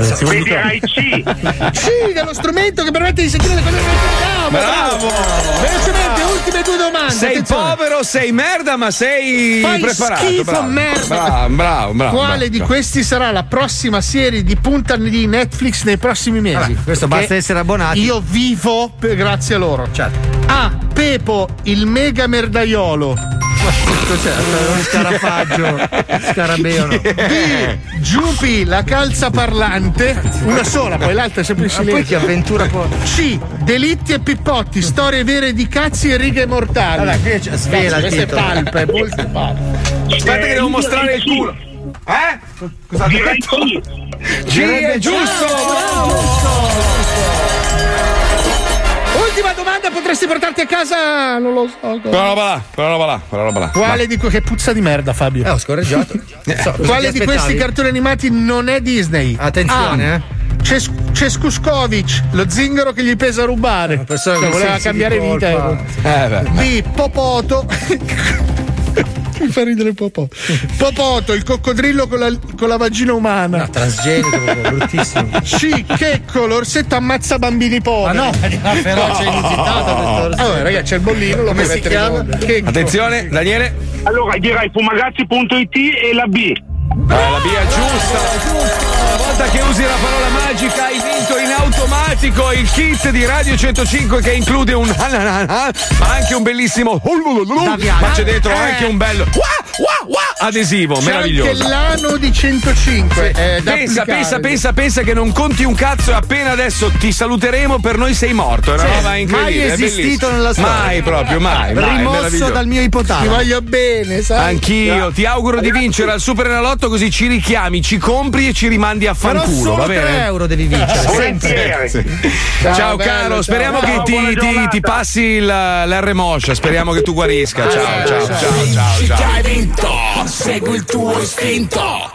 C, dello strumento che permette di sentire le cose inanimate. Bravo. Velocemente, ultime 2 domande. Sei povero, sei merda, ma sei preparato. Schifo, bravo. merda. Bravo. Quale di questi sarà la prossima serie di punta di Netflix nei prossimi mesi? Allora, questo basta essere abbonati. Io vivo grazie a loro. Certo. A, Pepo, il mega merdaiolo. Cos'è? Uno scarafaggio, scarabeo. B, Giupi, la calza parlante. Una sola, poi l'altra è sempre in silenzio. Poi che avventura può. C, Delitti e Pippotti, storie vere di cazzi e righe mortali. Allora, qui svela queste palpe, molte palpe. Aspetta che devo mostrare il culo. Cosa ha detto? C, è giusto! Ultima domanda, potresti portarti a casa? Non lo so. Quella roba là. Quale di che puzza di merda, Fabio? Ho scorreggiato. Quale di questi cartoni animati non è Disney? Attenzione, Ceskuskovic, lo zingaro che gli pesa a rubare. Voleva cambiare vita. B, Popoto. Mi fa ridere Popoto, il coccodrillo con la vagina umana. No, transgenico, bruttissimo. C, Checco, l'orsetto ammazza bambini poveri. Ma no, però c'è inusitato. Allora, ragazzi, c'è il bollino, lo si chiama? Attenzione, Daniele. Allora direi fumagazzi.it e la B. La B è giusta. Una volta che usi la parola magica hai vinto in automatico il kit di Radio 105 che include un ma anche un bellissimo ma c'è dentro anche un bello adesivo meraviglioso. C'è anche l'ano di 105. Pensa che non conti un cazzo e appena adesso ti saluteremo per noi sei morto. È una roba incredibile. Mai esistito nella storia. Mai proprio, mai. Rimosso dal mio ipotalo. Ti voglio bene, sai? Anch'io. Ti auguro di vincere al Super Enalotto così ci richiami, ci compri e ci rimandi a fanculo, va bene? 3 euro devi vincere. Sempre. Ciao caro, speriamo che ti passi l'R moscia, speriamo che tu guarisca. Ciao. Hai vinto, segui il tuo istinto.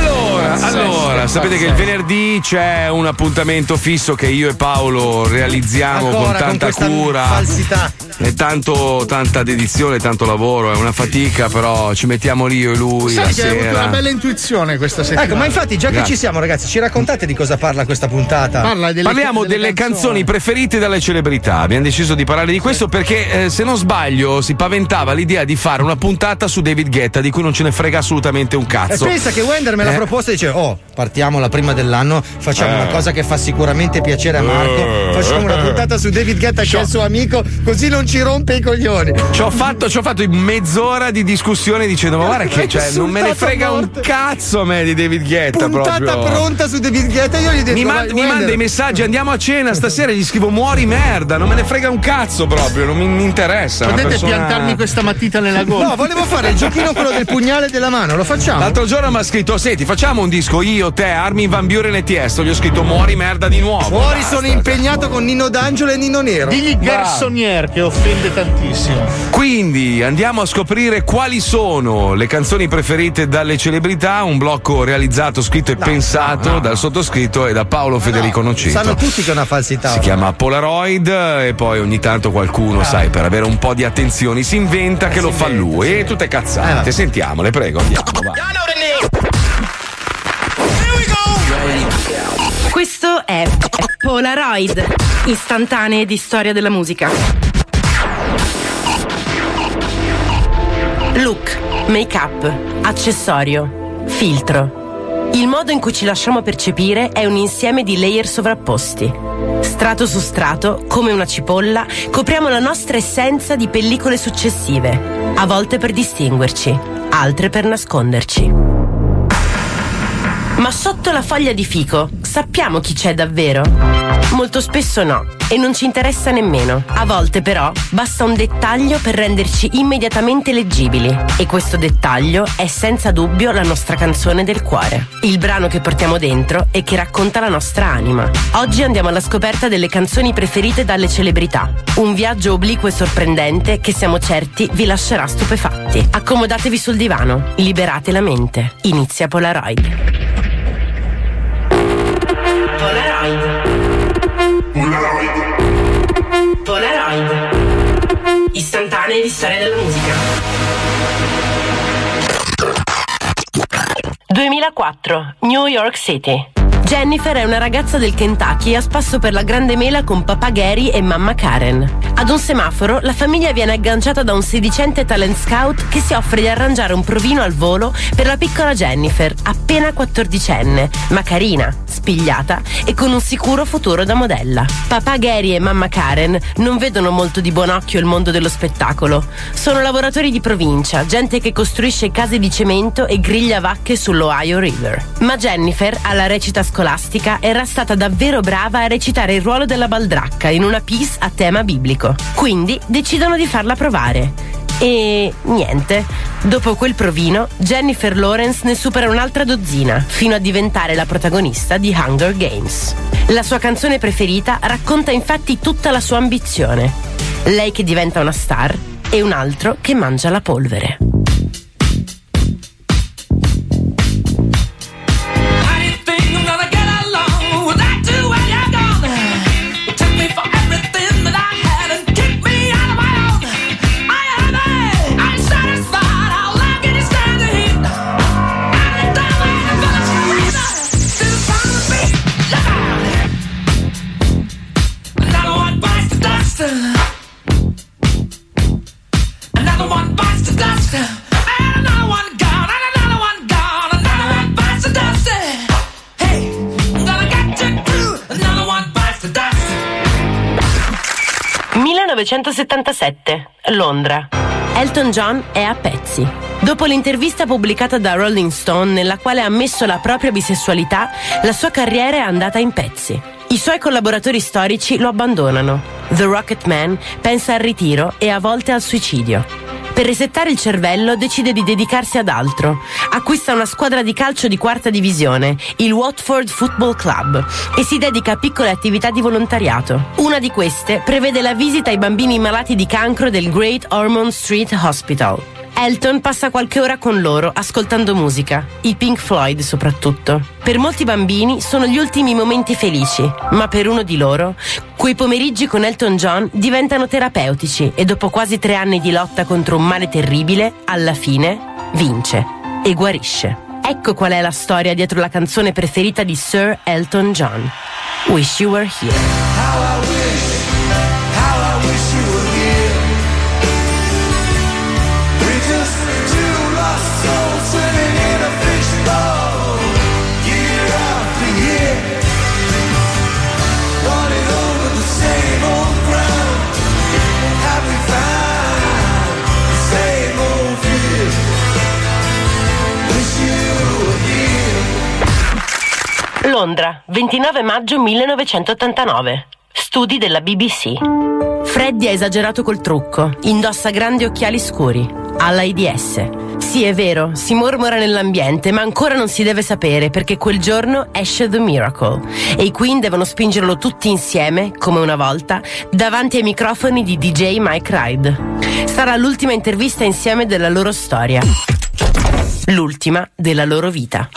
Allora, sapete che il venerdì c'è un appuntamento fisso che io e Paolo realizziamo con tanta cura, falsità e tanta dedizione, tanto lavoro, è una fatica, però ci mettiamo lì io e lui. Sai la che sera. hai avuto una bella intuizione questa settimana. Ecco, ma infatti, già che ci siamo, ragazzi, ci raccontate di cosa parla questa puntata? Parliamo delle canzoni preferite dalle celebrità. Abbiamo deciso di parlare di questo perché, se non sbaglio, si paventava l'idea di fare una puntata su David Guetta, di cui non ce ne frega assolutamente un cazzo. E pensa che Wender me l'ha proposta e dice: partiamo la prima dell'anno, facciamo una cosa che fa sicuramente piacere a Marco, facciamo una puntata su David Guetta che è il suo amico, così non ci rompe i coglioni. Ci ho fatto mezz'ora di discussione dicendo: ma guarda che non me ne frega un cazzo a me di David Guetta. Puntata proprio pronta su David Guetta. Io gli ho detto: mi manda i messaggi, andiamo a cena stasera, gli scrivo muori merda, non me ne frega un cazzo proprio, non mi interessa. Potete piantarmi questa matita nella gola? No, volevo fare il giochino quello del pugnale della mano, lo facciamo? L'altro giorno mi ha scritto: senti, facciamo un disco io, te, Armin van Buren e Tiesto. Gli ho scritto muori merda di nuovo. Muori, sono impegnato con Nino D'Angelo e Nino Nero. Digli garçonniere che offende tantissimo. Quindi andiamo a scoprire quali sono le canzoni preferite dalle celebrità, un blocco realizzato, scritto e pensato dal sottoscritto e da Paolo Federico Nocito. Sanno tutti che è una falsità. Si chiama Polaroid e poi ogni tanto qualcuno, sai, per avere un po' di attenzioni si inventa che lo fa lui e tutte cazzate. Sentiamole, prego, andiamo. Va. Questo è Polaroid, istantanee di storia della musica. Look, make up, accessorio, filtro. Il modo in cui ci lasciamo percepire è un insieme di layer sovrapposti. Strato su strato, come una cipolla, copriamo la nostra essenza di pellicole successive, a volte per distinguerci, altre per nasconderci. Ma sotto la foglia di fico sappiamo chi c'è davvero? Molto spesso no, e non ci interessa nemmeno. A volte però basta un dettaglio per renderci immediatamente leggibili, e questo dettaglio è senza dubbio la nostra canzone del cuore, il brano che portiamo dentro e che racconta la nostra anima. Oggi andiamo alla scoperta delle canzoni preferite dalle celebrità, un viaggio obliquo e sorprendente che siamo certi vi lascerà stupefatti. Accomodatevi sul divano, liberate la mente. Inizia Polaroid. Polaroid. Istantanee di storia della musica. 2004, New York City. Jennifer è una ragazza del Kentucky a spasso per la Grande Mela con papà Gary e mamma Karen. Ad un semaforo la famiglia viene agganciata da un sedicente talent scout che si offre di arrangiare un provino al volo per la piccola Jennifer, appena 14enne, ma carina, spigliata e con un sicuro futuro da modella. Papà Gary e mamma Karen non vedono molto di buon occhio il mondo dello spettacolo. Sono lavoratori di provincia, gente che costruisce case di cemento e griglia vacche sull'Ohio River. Ma Jennifer, alla recita scolastica, era stata davvero brava a recitare il ruolo della baldracca in una pièce a tema biblico. Quindi decidono di farla provare. E niente, dopo quel provino Jennifer Lawrence ne supera un'altra dozzina fino a diventare la protagonista di Hunger Games. La sua canzone preferita racconta infatti tutta la sua ambizione. Lei che diventa una star e un altro che mangia la polvere. Londra. Elton John è a pezzi. Dopo l'intervista pubblicata da Rolling Stone nella quale ha ammesso la propria bisessualità, la sua carriera è andata in pezzi. I suoi collaboratori storici lo abbandonano. The Rocket Man pensa al ritiro e a volte al suicidio. Per resettare il cervello decide di dedicarsi ad altro. Acquista una squadra di calcio di quarta divisione, il Watford Football Club, e si dedica a piccole attività di volontariato. Una di queste prevede la visita ai bambini malati di cancro del Great Ormond Street Hospital. Elton passa qualche ora con loro ascoltando musica, i Pink Floyd soprattutto. Per molti bambini sono gli ultimi momenti felici, ma per uno di loro, quei pomeriggi con Elton John diventano terapeutici e dopo quasi 3 anni di lotta contro un male terribile, alla fine vince e guarisce. Ecco qual è la storia dietro la canzone preferita di Sir Elton John, Wish You Were Here. How I wish you were here. We're just two lost souls swimming in a fishbowl, year after year, running over the same old ground. Have we found the same old fear? Wish you were here. Londra, 29 maggio 1989. Studi della BBC. Freddie ha esagerato col trucco, indossa grandi occhiali scuri, ha l'AIDS. Sì, è vero, si mormora nell'ambiente, ma ancora non si deve sapere perché quel giorno esce The Miracle e i Queen devono spingerlo tutti insieme, come una volta, davanti ai microfoni di DJ Mike Ride. Sarà l'ultima intervista insieme della loro storia, l'ultima della loro vita.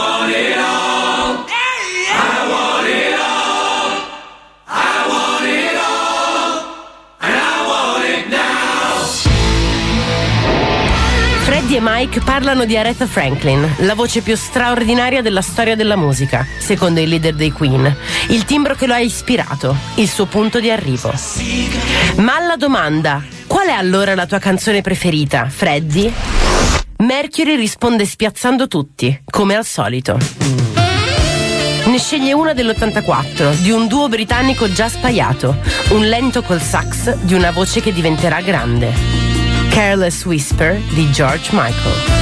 Freddie e Mike parlano di Aretha Franklin, la voce più straordinaria della storia della musica, secondo il leader dei Queen, il timbro che lo ha ispirato, il suo punto di arrivo. Ma alla domanda, qual è allora la tua canzone preferita, Freddie? Mercury risponde spiazzando tutti, come al solito. Ne sceglie una dell'84, di un duo britannico già spaiato, un lento col sax di una voce che diventerà grande. Careless Whisper di George Michael.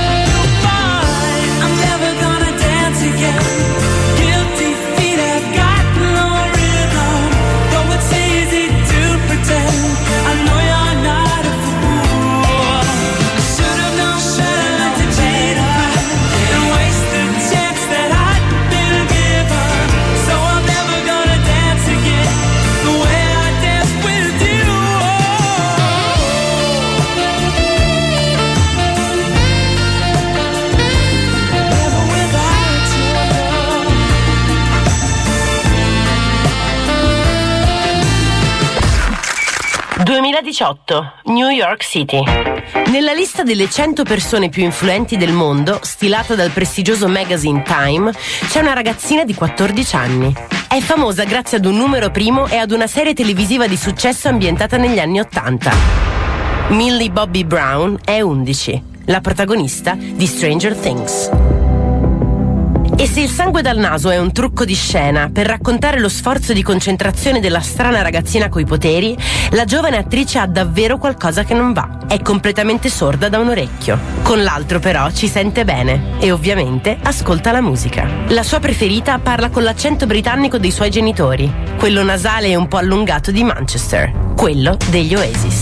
New York City. Nella lista delle 100 persone più influenti del mondo, stilata dal prestigioso magazine Time, c'è una ragazzina di 14 anni. È famosa grazie ad un numero primo e ad una serie televisiva di successo ambientata negli anni 80. Millie Bobby Brown è 11, la protagonista di Stranger Things. E se il sangue dal naso è un trucco di scena per raccontare lo sforzo di concentrazione della strana ragazzina coi poteri, la giovane attrice ha davvero qualcosa che non va. È completamente sorda da un orecchio. Con l'altro però ci sente bene e ovviamente ascolta la musica. La sua preferita parla con l'accento britannico dei suoi genitori, quello nasale e un po' allungato di Manchester, quello degli Oasis.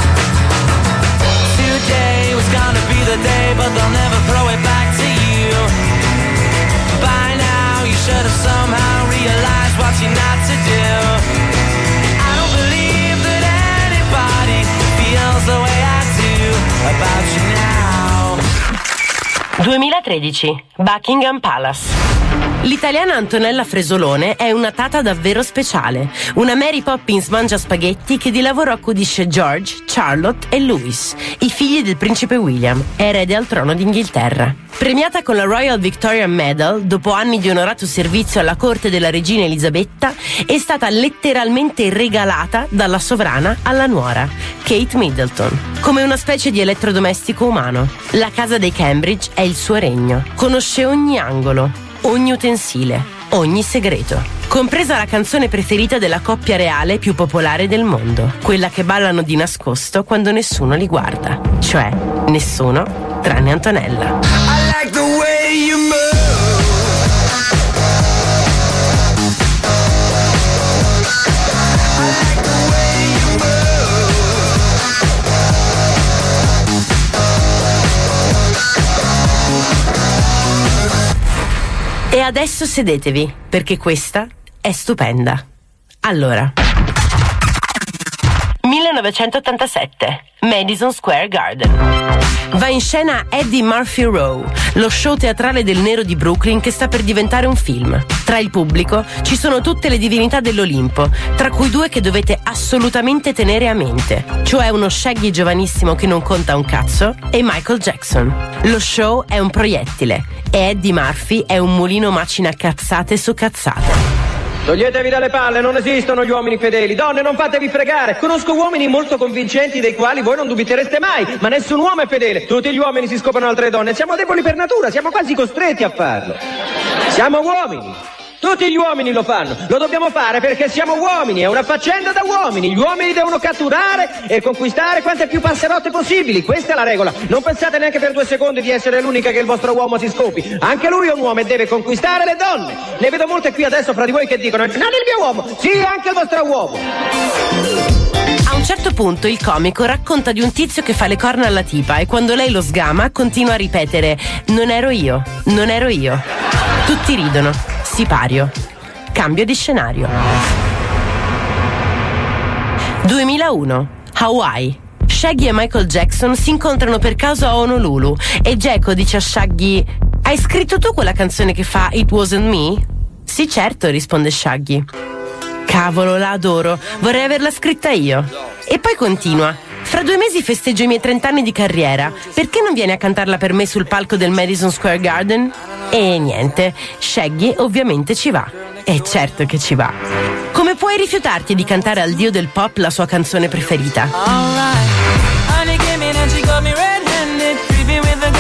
Today was gonna be the day, but they'll never throw it back to you. By now you should have somehow realized what you're not to do. I don't believe that anybody feels the way I do about you now. 2013, Buckingham Palace. L'italiana Antonella Fresolone è una tata davvero speciale, una Mary Poppins mangia spaghetti che di lavoro accudisce George, Charlotte e Louis, i figli del principe William, erede al trono d'Inghilterra. Premiata con la Royal Victoria Medal, dopo anni di onorato servizio alla corte della regina Elisabetta, è stata letteralmente regalata dalla sovrana alla nuora, Kate Middleton, come una specie di elettrodomestico umano. La casa dei Cambridge è il suo regno, conosce ogni angolo, ogni utensile, ogni segreto, compresa la canzone preferita della coppia reale più popolare del mondo, quella che ballano di nascosto quando nessuno li guarda, cioè nessuno tranne Antonella. I like the way you move. E adesso sedetevi, perché questa è stupenda. Allora, 1987, Madison Square Garden. Va in scena Eddie Murphy Row, lo show teatrale del nero di Brooklyn che sta per diventare un film. Tra il pubblico ci sono tutte le divinità dell'Olimpo, tra cui due che dovete assolutamente tenere a mente, cioè uno Shaggy giovanissimo che non conta un cazzo e Michael Jackson. Lo show è un proiettile e Eddie Murphy è un mulino macina cazzate su cazzate. Toglietevi dalle palle, non esistono gli uomini fedeli. Donne, non fatevi fregare. Conosco uomini molto convincenti dei quali voi non dubitereste mai, ma nessun uomo è fedele. Tutti gli uomini si scoprono altre donne. Siamo deboli per natura, siamo quasi costretti a farlo. Siamo uomini. Tutti gli uomini lo fanno. Lo dobbiamo fare perché siamo uomini, è una faccenda da uomini. Gli uomini devono catturare e conquistare quante più passerotte possibili. Questa è la regola. Non pensate neanche per 2 secondi di essere l'unica che il vostro uomo si scopi. Anche lui è un uomo e deve conquistare le donne. Ne vedo molte qui adesso fra di voi che dicono: non il mio uomo. Sì, anche il vostro uomo. A un certo punto il comico racconta di un tizio che fa le corna alla tipa e quando lei lo sgama continua a ripetere: non ero io, non ero io. Tutti ridono. Sipario. Cambio di scenario. 2001. Hawaii. Shaggy e Michael Jackson si incontrano per caso a Honolulu e Geco dice a Shaggy: hai scritto tu quella canzone che fa It Wasn't Me? Sì, certo, risponde Shaggy. Cavolo, la adoro, vorrei averla scritta io. E poi continua: fra 2 mesi festeggio i miei 30 anni di carriera, perché non vieni a cantarla per me sul palco del Madison Square Garden? E niente, Shaggy ovviamente ci va. E certo che ci va. Come puoi rifiutarti di cantare al dio del pop la sua canzone preferita?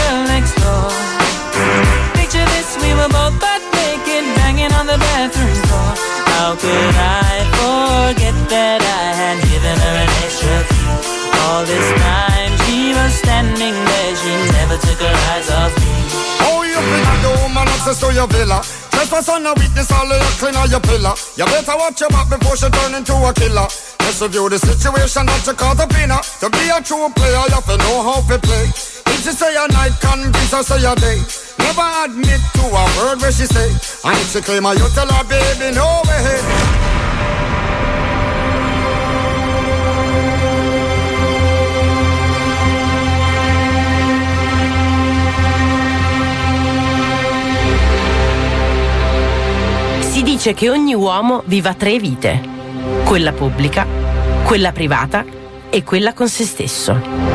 your villa. Trespass on a witness, all of your clean on your pillar. You better watch your back before she turn into a killer. Just review the situation that you caught up in her. To be a true player, you have to know how to play. If she say a night, convince her say a day. Never admit to a word where she say. And if she claim her, you tell her, baby, no way. Si dice che ogni uomo viva 3 vite: quella pubblica, quella privata e quella con se stesso.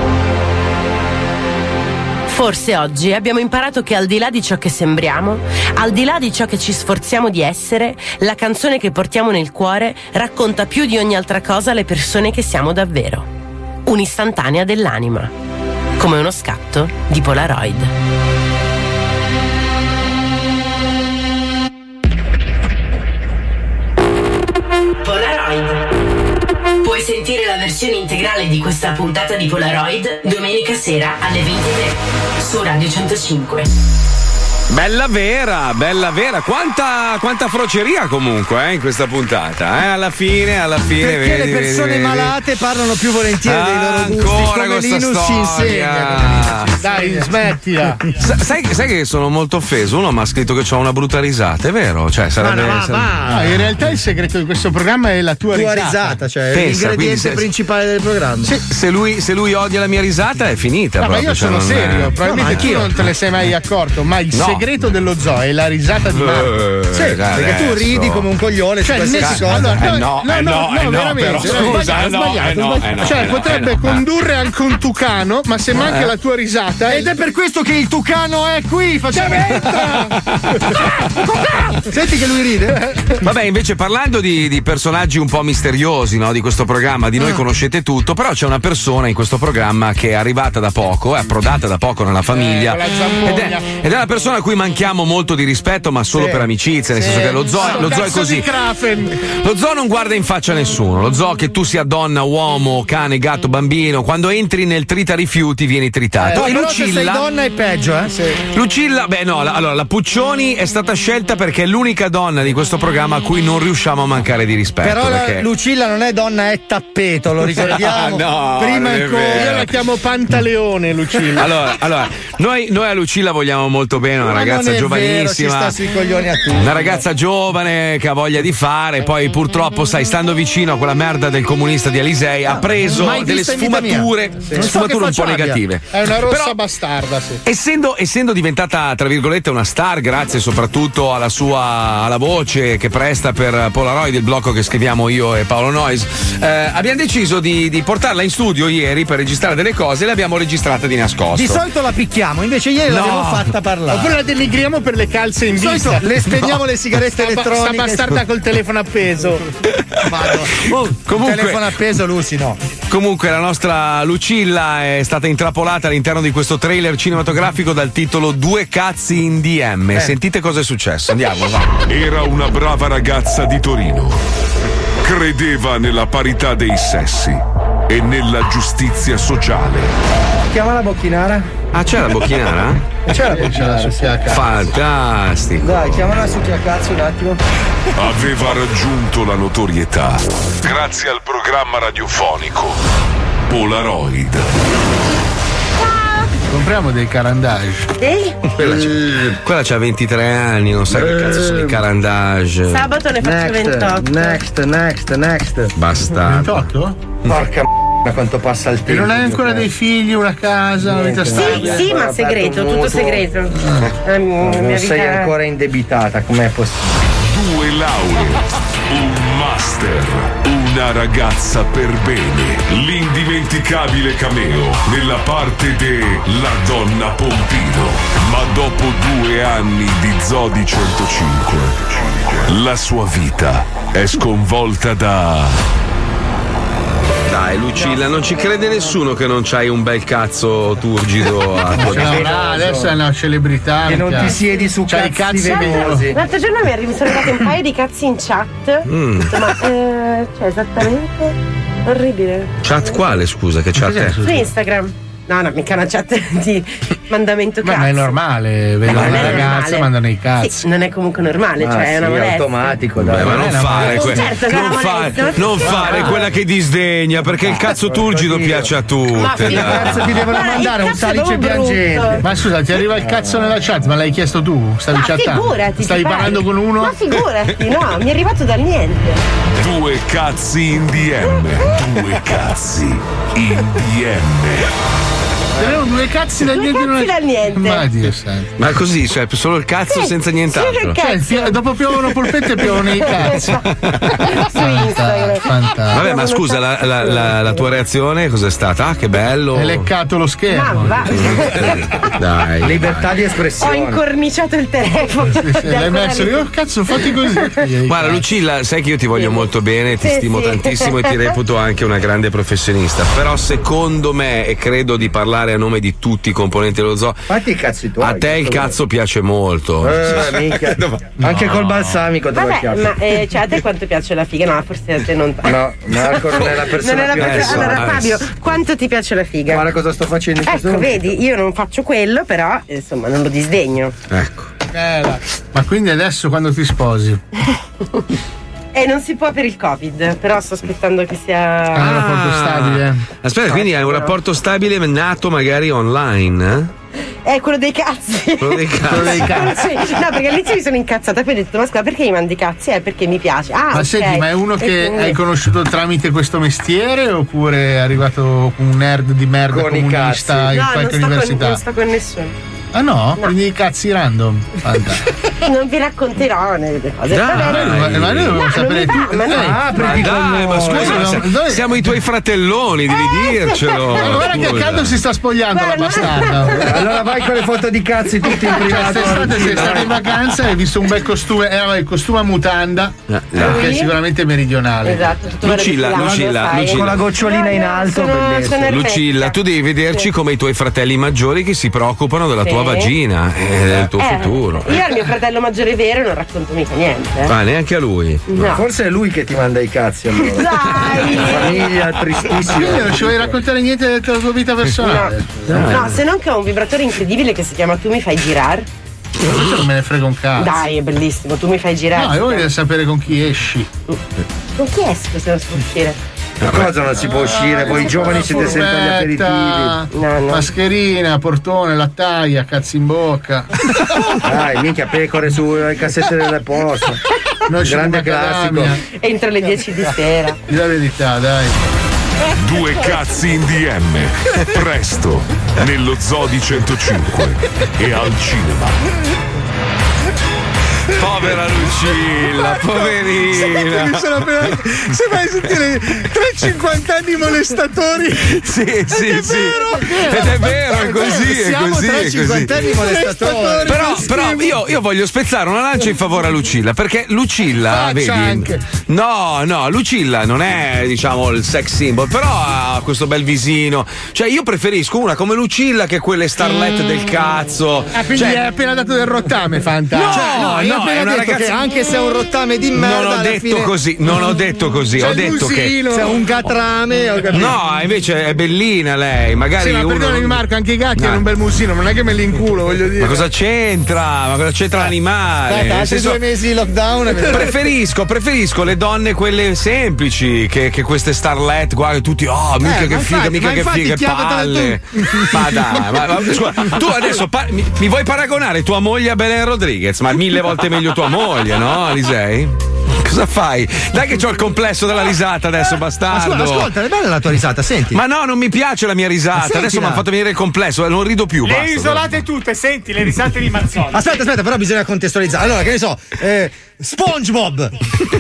Forse oggi abbiamo imparato che al di là di ciò che sembriamo, al di là di ciò che ci sforziamo di essere, la canzone che portiamo nel cuore racconta più di ogni altra cosa le persone che siamo davvero. Un'istantanea dell'anima, come uno scatto di Polaroid. Polaroid. Puoi sentire la versione integrale di questa puntata di Polaroid domenica sera alle 23 su Radio 105. Bella vera. Quanta froceria comunque in questa puntata. Alla fine. Perché le persone malate parlano più volentieri dei loro gusti. Ancora come questa Linus ci insegna. Dai, smettila. Sai che sono molto offeso? Uno mi ha scritto che ho una brutta risata, è vero? Cioè, sarebbe. No, in realtà il segreto di questo programma è la tua risata. Cioè Pensa, l'ingrediente principale del programma. Se lui odia la mia risata è finita. No, proprio, ma io sono serio, probabilmente tu non te ne sei mai accorto, ma il segreto dello zoo è la risata di Marco. Sì, perché tu ridi come un coglione su qualsiasi cosa. No, veramente. Scusa, sbagliato. Cioè, potrebbe condurre anche un tucano, ma se manca la tua risata. Ed è per questo che il tucano è qui. Senti che lui ride. Vabbè, invece parlando di personaggi un po' misteriosi, no, di questo programma, di noi conoscete tutto, però c'è una persona in questo programma che è arrivata da poco, è approdata da poco nella famiglia ed è una persona a cui manchiamo molto di rispetto, ma solo per amicizia, nel senso che lo zoo è così. Lo zoo non guarda in faccia a nessuno. Lo zoo, che tu sia donna, uomo, cane, gatto, bambino, quando entri nel trita rifiuti vieni tritato. E Lucilla, se sei donna è peggio, Sì. Lucilla, allora la Puccioni è stata scelta perché è l'unica donna di questo programma a cui non riusciamo a mancare di rispetto. Però perché... Lucilla non è donna, è tappeto, lo ricordiamo. No, prima ancora. Io la chiamo Pantaleone, Lucilla. Allora, noi a Lucilla vogliamo molto bene, una ragazza giovanissima, vero, ci sta sui coglioni a tutti. Una ragazza giovane che ha voglia di fare, poi purtroppo, sai, stando vicino a quella merda del comunista di Alisei, ha preso delle sfumature un po' negative. È una rossa bastarda, sì. Essendo diventata, tra virgolette, una star, grazie soprattutto alla voce che presta per Polaroid, il blocco che scriviamo io e Paolo Noyes, abbiamo deciso di portarla in studio ieri per registrare delle cose e l'abbiamo registrata di nascosto. Di solito la picchiamo, invece ieri l'abbiamo fatta parlare. Oppure la denigriamo per le calze in vista. Le spegniamo le sigarette elettroniche. Sta bastarda col telefono appeso. Comunque, telefono appeso, Lucy, no. Comunque la nostra Lucilla è stata intrappolata all'interno di questo trailer cinematografico dal titolo Due cazzi in DM. Sentite cosa è successo. Andiamo, va. Era una brava ragazza di Torino. Credeva nella parità dei sessi e nella giustizia sociale. Chiama la bocchinara. Ah, c'è la bocchinara? C'è la bocchinara, fantastico. Dai, chiamala su chi a cazzo un attimo. Aveva raggiunto la notorietà grazie al programma radiofonico Polaroid. Compriamo dei carandage. Quella c'ha 23 anni, non sa che cazzo sono i carandage. Sabato ne faccio 28. Next. Bastardo. 28? Porca da quanto passa il tempo. E non hai ancora dei figli, una casa, una vita stabile? Sì, ma segreto, tutto segreto. Non sei ancora indebitata, com'è possibile? 2 lauree, un master, una ragazza per bene, l'indimenticabile cameo nella parte de La Donna Pompino. Ma dopo 2 anni di Zodi 105, la sua vita è sconvolta da... Dai, Lucilla, non ci crede nessuno che non c'hai un bel cazzo turgido a tua adesso è una celebrità. Che non ti siedi su cazzi venosi. L'altro giorno mi sono arrivati un paio di cazzi in chat. Ma cioè esattamente orribile. Chat quale, scusa, che chat è? Su Instagram. No, mica una chat di mandamento cazzo. Ma è normale, vedono una ragazza, mandano i cazzi. Sì, non è comunque normale, cioè è una molestia. È automatico, dai. Ma non fare, certo, non fare quella che disdegna, perché il cazzo turgido piace a tutti. Ma che cazzo ti devono mandare un salice piangente? Ma scusa, ti arriva il cazzo nella chat, ma l'hai chiesto tu? Stavi chattando? Figurati. Stavi parlando con uno? Ma figurati, no, mi è arrivato dal niente. 2 cazzi in DM. 2 cazzi in DM. Erano 2 cazzi dal niente. Ma Dio santo. Ma così, cioè solo il cazzo senza nient'altro. Cioè, dopo piovono polpette e piovono i cazzi. Fantastico. Vabbè, ma scusa, la tua reazione cos'è stata? Ah, che bello. Hai leccato lo schermo. Dai. Libertà di espressione. Ho incorniciato il telefono. L'hai messo, io cazzo, fatti così. Guarda, Lucilla, sai che io ti voglio molto bene, ti stimo tantissimo e ti reputo anche una grande professionista. Però secondo me, e credo di parlare a nome di tutti i componenti dello zoo, fatti i cazzi tuoi, a te il cazzo piace molto. Minchia. Anche col balsamico te lo piace. Ma cioè, a te quanto piace la figa? No, forse a te non. No, Marco non è la persona più Allora Fabio, quanto ti piace la figa? Guarda cosa sto facendo in questo momento. Vedi, io non faccio quello, però insomma non lo disdegno. Ecco. Ma quindi adesso quando ti sposi? Non si può per il Covid, però sto aspettando che sia un rapporto stabile. Aspetta, quindi hai un rapporto stabile nato magari online? È quello dei cazzi. Quello dei cazzi. No, perché all'inizio mi sono incazzata, poi ho detto, ma scusa, perché mi mandi i cazzi? Perché mi piace. Ma okay. Senti, ma è uno che quindi hai conosciuto tramite questo mestiere oppure è arrivato un nerd di merda con comunista in qualche università? Non sto con nessuno. Ah no? Quindi i cazzi random. Non vi racconterò le cose. Ma noi dobbiamo sapere tu. Ma scusa, siamo i tuoi fratelloni, devi dircelo. Guarda che a caldo si sta spogliando la bastarda. Allora vai con le foto di cazzi tutti in privato. Sei stato in vacanza e hai visto un bel costume, era il costume a mutanda, che è sicuramente meridionale. Esatto. Lucilla, con la gocciolina in alto. Lucilla, tu devi vederci come i tuoi fratelli maggiori che si preoccupano della tua vagina e del tuo futuro. Io al mio fratello maggiore vero non racconto mica niente. Ma neanche a lui. No. Forse è lui che ti manda i cazzi allora. Dai! Famiglia tristissima. Io non ci vuoi raccontare niente della tua vita personale. No, se non che ho un vibratore incredibile che si chiama Tu mi fai girare. Non me ne frega un cazzo. Dai, è bellissimo, tu mi fai girare. No, io voglio sapere con chi esci. Con chi esco se non si può uscire? Ma cosa non si può uscire? Voi giovani siete sempre agli aperitivi. No. Mascherina, portone, lattaia, cazzi in bocca. Dai, minchia, pecore sulle cassette delle poste. Grande classico. Entro le 10 di sera. Di la verità, dai. 2 cazzi in DM. Presto, nello Zoo di 105 e al cinema. Povera Lucilla, poverina. Se vai a sentire 3-50 anni molestatori. Sì. Ed è vero, è così. Siamo 3-50 anni molestatori. Però io voglio spezzare una lancia in favore a Lucilla, perché Lucilla, vedi? Anche. No, Lucilla non è, diciamo, il sex symbol, però ha questo bel visino. Cioè, io preferisco una come Lucilla che quelle starlet del cazzo. Quindi è appena dato del rottame, Fanta. No, è una ragazza che anche se è un rottame di merda. Non ho detto così. C'è ho detto che se è un catrame. No, invece è bellina lei. Magari ma perdonami Marco, anche i gatti hanno un bel musino, non è che me li inculo, voglio dire. Ma cosa c'entra? l'animale? Altri 2 mesi di lockdown. Preferisco le donne quelle semplici che queste starlet, guarda tutti, mica che figa, mica che figa, che palle. Ma dai, ma scusa, tu adesso mi vuoi paragonare tua moglie a Belen Rodriguez? Ma 1000 volte meglio tua moglie, no, Alisei? Cosa fai? Dai che c'ho il complesso della risata adesso, bastardo. Ascolta, è bella la tua risata, senti. Ma no, non mi piace la mia risata. Adesso mi ha fatto venire il complesso, non rido più. Le basta, isolate tutte, senti le risate di Mazzoni. Aspetta, però bisogna contestualizzare. Allora, che ne so, SpongeBob,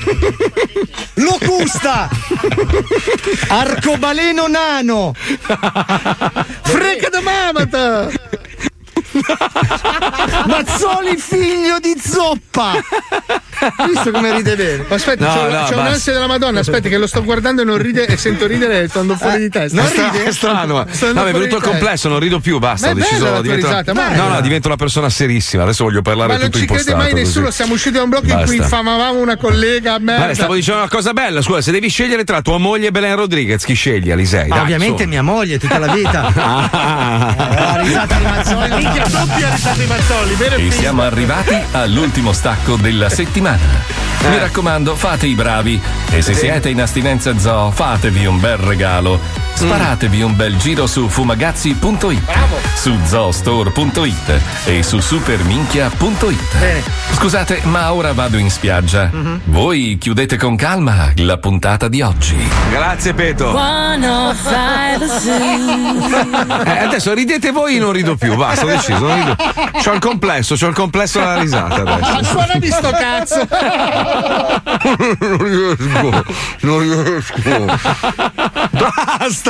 Locusta, Arcobaleno Nano, Freca da mamata, Mazzoli figlio di zoppa. Visto come ride bene? Aspetta, c'ho un'ansia della Madonna. Aspetta, che lo sto guardando e non ride e sento ridere e tondo fuori di testa. Non ride? È strano. No, è venuto il complesso, non rido più, basta. Ho deciso divento una persona serissima. Adesso voglio parlare tutto impostato. Ma non ci crede mai nessuno. Siamo usciti da un blocco in cui infamavamo una collega. Merda. Stavo dicendo una cosa bella. Scusa, se devi scegliere tra tua moglie e Belen Rodriguez, chi scegli, Alisei? Ovviamente mia moglie tutta la vita. risata di Mazzoli. Minchia, doppia risata di Mazzoli, vero? E siamo arrivati all'ultimo stacco della settimana. Mi raccomando, fate i bravi. E se siete in astinenza zoo, fatevi un bel regalo. Sparatevi un bel giro su fumagazzi.it, su zoostore.it e su superminchia.it. Scusate, ma ora vado in spiaggia. Voi chiudete con calma la puntata di oggi. Grazie, Peto. Adesso ridete voi, non rido più. Basta, ho deciso. Non rido. C'ho il complesso della risata adesso. Ma suonami sto cazzo. Non riesco. Basta.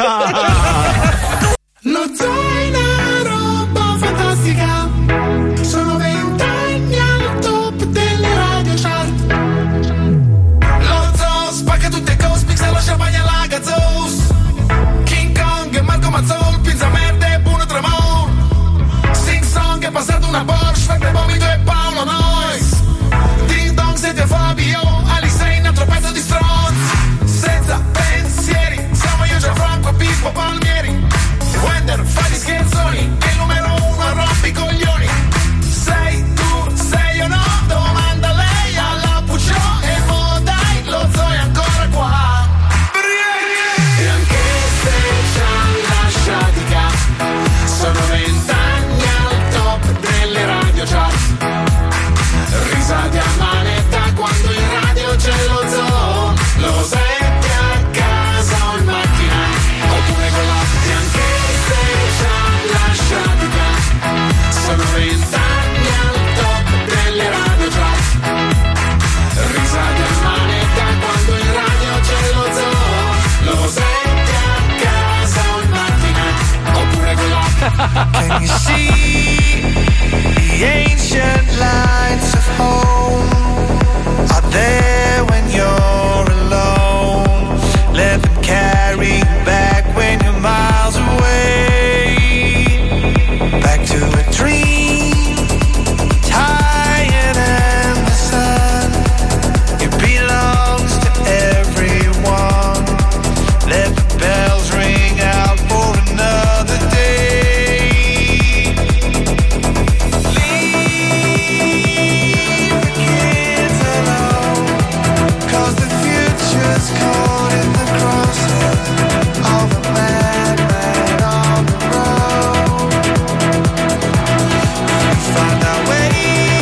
Lo zoo è una roba fantastica. Sono 20 anni al top delle radio chart. Lo zoo spacca tutte cose, pizza la champagne alla gazzos. King Kong e Marco Mazzol, pizza merda e Bruno Tremor. Sing Song è passato una Porsche, Fette Vomito e Paolo Noyes. Ding Dong siete Fabio, Alice in altro pezzo di stronzi. Senza pensieri, siamo io, Gian Franco e Pippo Palmieri. Wender, fai gli scherzoni, il numero uno a rompi coglioni. Sei tu, sei o no? Domanda lei alla Puccio e mo dai, lo zoo è ancora qua. E anche se ci han lasciati ca, sono 20 anni al top delle radio chart. Risate a manetta quando in radio c'è lo zoo. Lo senti a casa o in macchina, oppure con l'app. E anche se ci han lasciati ca, sono 20 anni al top delle radio chart. Risate a manetta quando in radio c'è lo zoo. Lo senti a casa o in macchina, oppure con l'app. Can you see the ancient lights of home? Are there when you're alone? Let them carry you back when you're miles away. Back to a dream, tired and the sun. It belongs to everyone. Let the bells ring out for another day. Leave the kids alone, 'cause the future's caught in the crosshairs of a madman on the road. We find our way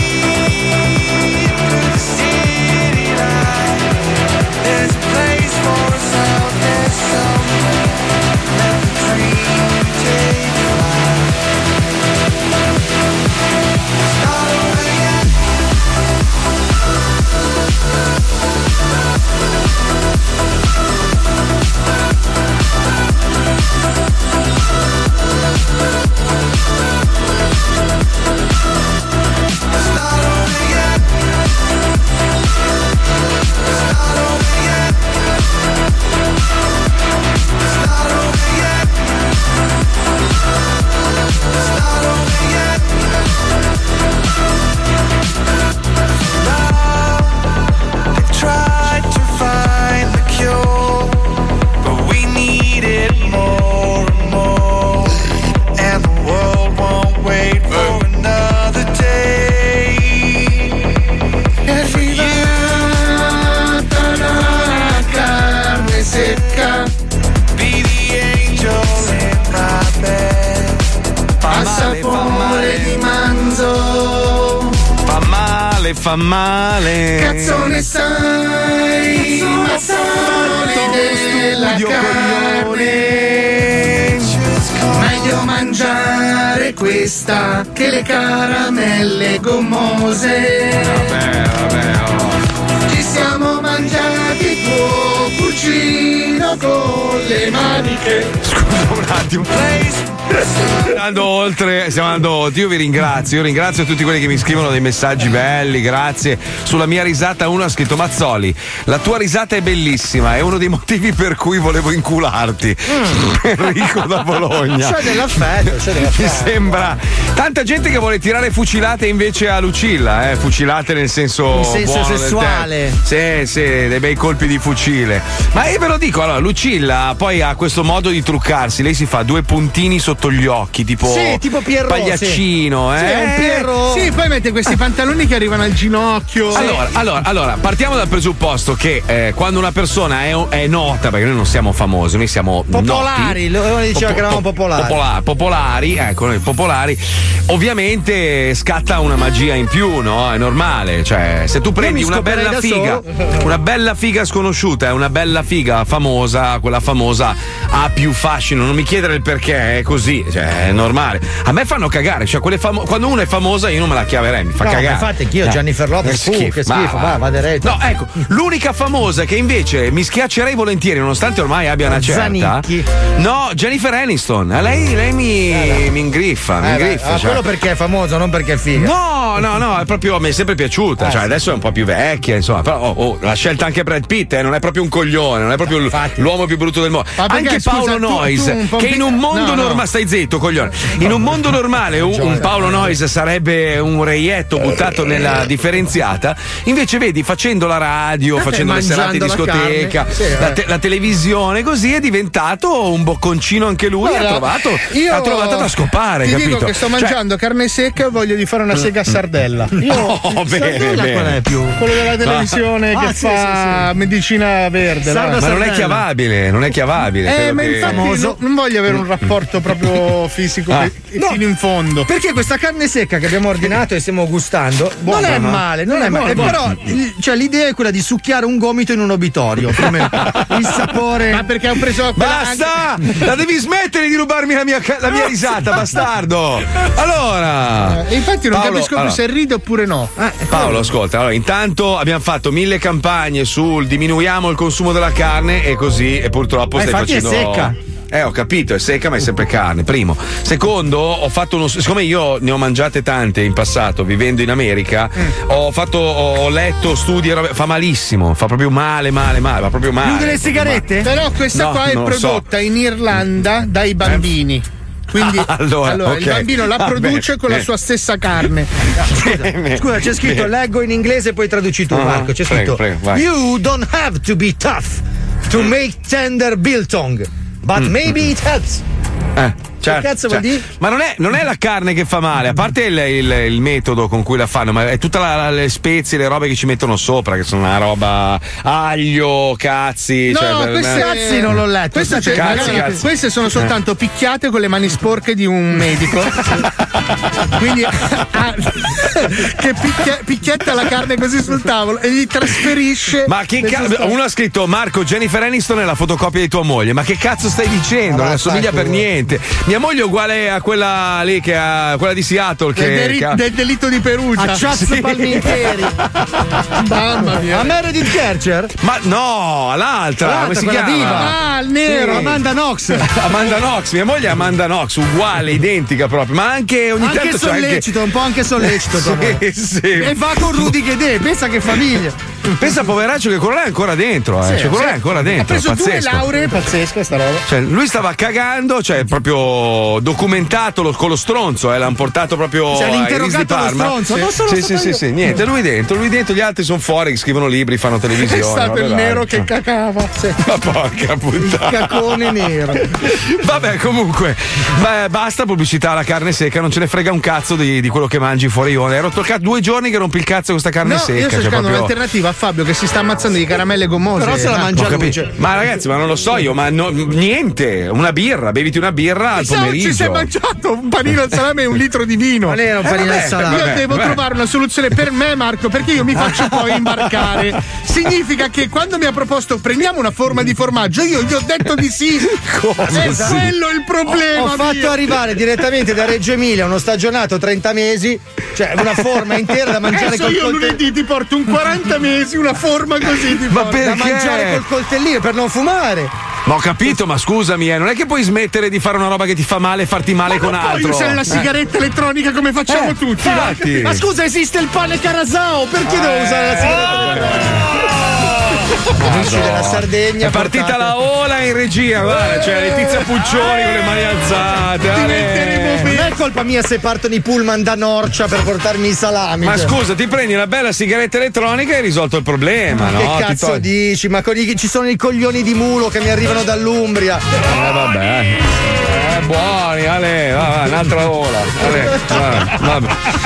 through the city light. There's a place for us out there somewhere. Let the dream take flight. Start over again. Tried to find the cure, but we need it more and more. And the world won't wait for another day. E la carne secca, be the angel in my bed. A sapore di manzo, Fa male. cazzo ne sai, Mazzoli della carne. Meglio mangiare questa che le caramelle gommose. Ci siamo mangiati il tuo cucino con le maniche. Scusa un attimo. Stiamo andando oltre. Io vi ringrazio. Io ringrazio tutti quelli che mi scrivono dei messaggi belli. Grazie. Sulla mia risata uno ha scritto: Mazzoli, la tua risata è bellissima. È uno dei motivi per cui volevo incularti. Enrico da Bologna. C'è dell'affetto. Mi sembra Tanta gente che vuole tirare fucilate invece a Lucilla, fucilate nel senso buono sessuale. Sì, dei bei colpi di fucile. Ma io ve lo dico, allora, Lucilla poi ha questo modo di truccarsi, lei si fa 2 puntini sotto gli occhi, tipo Pierrot, pagliaccino, Sì, è un Pierrot. Sì, poi mette questi pantaloni che arrivano al ginocchio. Allora, partiamo dal presupposto che quando una persona è nota, perché noi non siamo famosi, noi siamo popolari, lui diceva che eravamo popolari. Popolari, ecco, noi popolari, ovviamente scatta una magia in più, no? È normale, cioè se tu prendi una bella figa sconosciuta e una bella figa famosa, quella famosa ha più fascino, non mi chiedere il perché, è così, cioè è normale. A me fanno cagare, cioè quando uno è famosa io non me la chiaverei, mi fa cagare. Infatti anch'io, Jennifer Lopez, che schifo, va diretto. No, ecco, l'unica famosa che invece mi schiaccerei volentieri, nonostante ormai abbia una certa. Zanicchi. No, Jennifer Aniston. Lei mi ingriffa, cioè. Quello perché è famosa, non perché è figa. No, è proprio, mi è sempre piaciuta, cioè adesso è un po' più vecchia, insomma, però l'ha scelta anche Brad Pitt, non è proprio un coglione, non è proprio l'uomo più brutto del mondo. Anche Paolo Noyes, che in un mondo normale, stai zitto, coglione. In un mondo normale un Paolo Noyes sarebbe un reietto buttato nella differenziata, invece vedi, facendo la radio, facendo le serate in discoteca, la televisione, così è diventato un bocconcino anche lui. Ha trovato da scopare, ti capito? Dico che sto mangiando carne secca e voglio di fare una sega a sardella. Bene. Qual è più? Quello della televisione che fa medicina verde. Ma non è chiavabile, ma infatti non voglio avere un rapporto proprio fisico fino in fondo. Perché questa carne secca che abbiamo ordinato e stiamo gustando non è male. Però cioè, l'idea è quella di succhiare un gomito in un obitorio. Il sapore. Ma perché ho preso. Basta! La devi smettere di rubarmi la mia risata, bastardo! Allora. Infatti non capisco più se ride oppure no. Paolo, ascolta, allora, intanto abbiamo fatto 1000 campagne sul diminuiamo il consumo della carne e così, e purtroppo stai facendo. È secca. Ho capito, è secca, ma è sempre carne. Primo. Secondo, ho fatto siccome io ne ho mangiate tante in passato, vivendo in America, ho letto studi e robe. Fa malissimo, fa proprio male, va proprio male. Più delle sigarette? Però questa qua è prodotta in Irlanda dai bambini. Quindi allora okay. Il bambino la produce con la sua stessa carne. Scusa, c'è scritto, leggo in inglese e poi traduci tu, Marco. C'è scritto You don't have to be tough to make tender biltong, but maybe it helps. Che cazzo vuol dire? Ma non è la carne che fa male, a parte il metodo con cui la fanno, ma è tutta le spezie, le robe che ci mettono sopra, che sono una roba aglio, cazzi. No, queste cazzi non l'ho letto. Queste sono soltanto picchiate con le mani sporche di un medico. Quindi che picchietta la carne così sul tavolo e gli trasferisce. Ma che cazzo? Uno ha scritto Marco, Jennifer Aniston è la fotocopia di tua moglie. Ma che cazzo stai dicendo? Non assomiglia per niente. Mia moglie è uguale a quella lì che ha quella di Seattle del delitto di Perugia. A Ciazzo Palminteri. Mamma mia. A Meredith Kercher? Ma no, l'altra come si chiama? Viva. Il nero, sì. Amanda Knox. Mia moglie è Amanda Knox, uguale, identica proprio, ma anche ogni tanto sollecito, un po' anche sollecito. Sì. E va con Rudy Ghedè, pensa che famiglia. Pensa poveraccio che quello là è ancora dentro, quello là è ancora dentro. Ha preso pazzesco. 2 lauree, pazzesca sta roba. Cioè, lui stava cagando, cioè proprio documentato con lo stronzo, l'hanno portato proprio all'interrogato di Parma. Sì, niente, lui dentro, gli altri sono fuori che scrivono libri, fanno televisione. È stato il nero che cacava. Sì. Ma porca puttana. Il cacone nero. Vabbè, comunque, basta pubblicità alla carne secca, non ce ne frega un cazzo di quello che mangi fuori onda. Ero toccato 2 giorni che rompi il cazzo con sta carne secca. Io sto cercando un'alternativa a Fabio che si sta ammazzando di caramelle gommose. Però se la mangia lui. Ma ragazzi, ma non lo so io, ma niente, una birra, beviti una birra al pomeriggio. Ci sei mangiato un panino al salame e un litro di vino. Non era un panino al salame. Io devo trovare una soluzione per me, Marco, perché io mi faccio poi imbarcare. Significa che quando mi ha proposto prendiamo una forma di formaggio, io gli ho detto di sì. Cosa? È quello il problema. Ho fatto arrivare direttamente da Reggio Emilia uno stagionato 30 mesi, cioè una forma intera da mangiare col coltellino. Io lunedì ti porto un 40 mesi, una forma così ma perché? Da mangiare col coltellino per non fumare. Ma ho capito, ma scusami, non è che puoi smettere di fare una roba che ti fa male e farti male con altro. Poi usare la sigaretta elettronica come facciamo tutti. Ma scusa, esiste il pane Carasao, perché devo usare la sigaretta elettronica? Amici della Sardegna. È partita la ola in regia, guarda, c'è Letizia Puccioni con le mani alzate. Non è colpa mia se partono i pullman da Norcia per portarmi i salami. Ma scusa, ti prendi una bella sigaretta elettronica e hai risolto il problema, no? Che cazzo dici? Ma ci sono i coglioni di mulo che mi arrivano dall'Umbria. Vabbè. Buoni, Ale, va, un'altra ola. Ale, vabbè.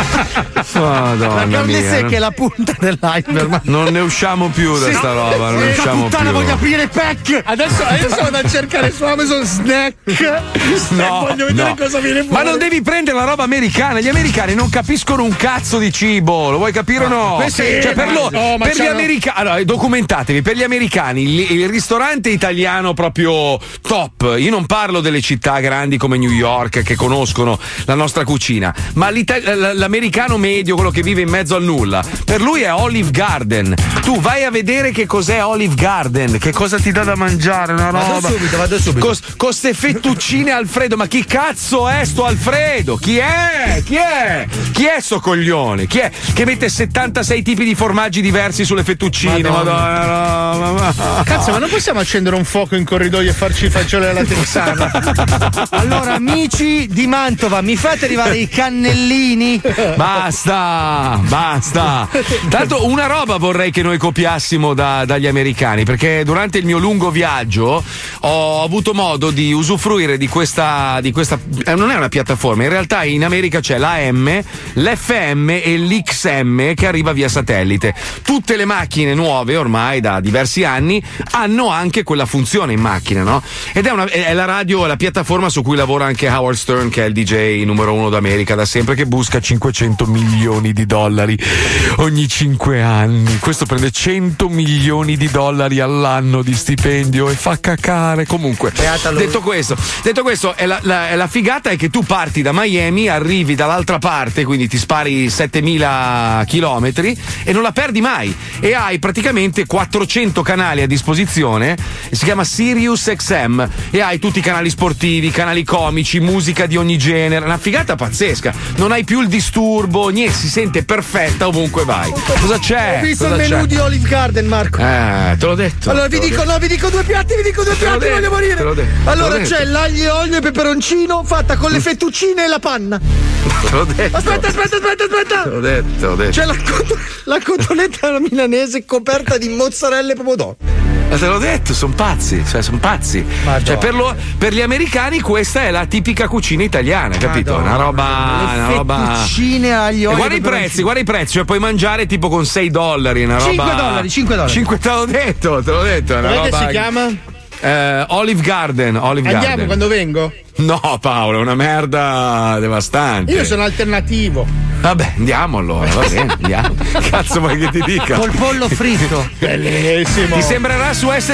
Madonna la carne mia, secca è la punta dell'iceberg. Non ne usciamo più da sta roba, non ne usciamo più. Voglio aprire Pack. Adesso vado a cercare su Amazon Snack. No, voglio vedere cosa viene fuori. Ma non devi prendere la roba americana. Gli americani non capiscono un cazzo di cibo. Lo vuoi capire o no? Cioè, per gli americani, allora, documentatevi. Per gli americani, il ristorante italiano proprio top. Io non parlo delle città grandi come New York che conoscono la nostra cucina, ma l'americano medio, quello che vive in mezzo al nulla, per lui è Olive Garden. Tu vai a vedere che cos'è Olive Garden, che cosa ti dà da mangiare, una roba. Vado subito. Con ste fettuccine Alfredo, ma chi cazzo è sto Alfredo? Chi è? Chi è sto coglione? Chi è che mette 76 tipi di formaggi diversi sulle fettuccine? Madonna. Cazzo, ma non possiamo accendere un fuoco in corridoio e farci fagiole alla texana? Allora, amici di Mantova, mi fate arrivare i cannellini? Basta. Tanto una roba vorrei che noi copiassimo dagli americani, perché durante il mio lungo viaggio ho avuto modo di usufruire di questa non è una piattaforma, in realtà in America c'è l'AM, l'FM e l'XM che arriva via satellite. Tutte le macchine nuove ormai da diversi anni hanno anche quella funzione in macchina, no? Ed è la radio, la piattaforma su cui lavora anche Howard Stern, che è il DJ numero 1 d'America da sempre, che busca $500 milioni ogni 5 anni. Questo prende $100 milioni all'anno di stipendio e fa cacare. Comunque, detto questo, è la figata è che tu parti da Miami, arrivi dall'altra parte, quindi ti spari 7000 chilometri e non la perdi mai, e hai praticamente 400 canali a disposizione. Si chiama Sirius XM e hai tutti i canali sportivi, canali comici, musica di ogni genere. Una figata pazzesca, non hai più il disturbo, niente, si sente perfetta ovunque vai. Cosa c'è? Ho visto il menù di Olive Garden, Marco. Te l'ho detto. Allora vi dico due piatti, voglio morire. Allora c'è l'aglio e olio e peperoncino fatta con le fettuccine e la panna. Te l'ho detto. Aspetta. Te l'ho detto. C'è la cotoletta milanese coperta di mozzarella e pomodoro. Ma te l'ho detto, sono pazzi. Cioè, per gli americani questa è la tipica cucina italiana, capito? Una roba. Fettuccine agli olio. Guarda i prezzi, cioè puoi mangiare tipo con $6, una roba. $5. Te l'ho detto. Come si chiama? Olive Garden. Andiamo quando vengo? No, Paolo, è una merda devastante. Io sono alternativo. Vabbè, andiamo allora, va bene, andiamo. Cazzo vuoi che ti dica? Col pollo fritto. Bellissimo. Ti sembrerà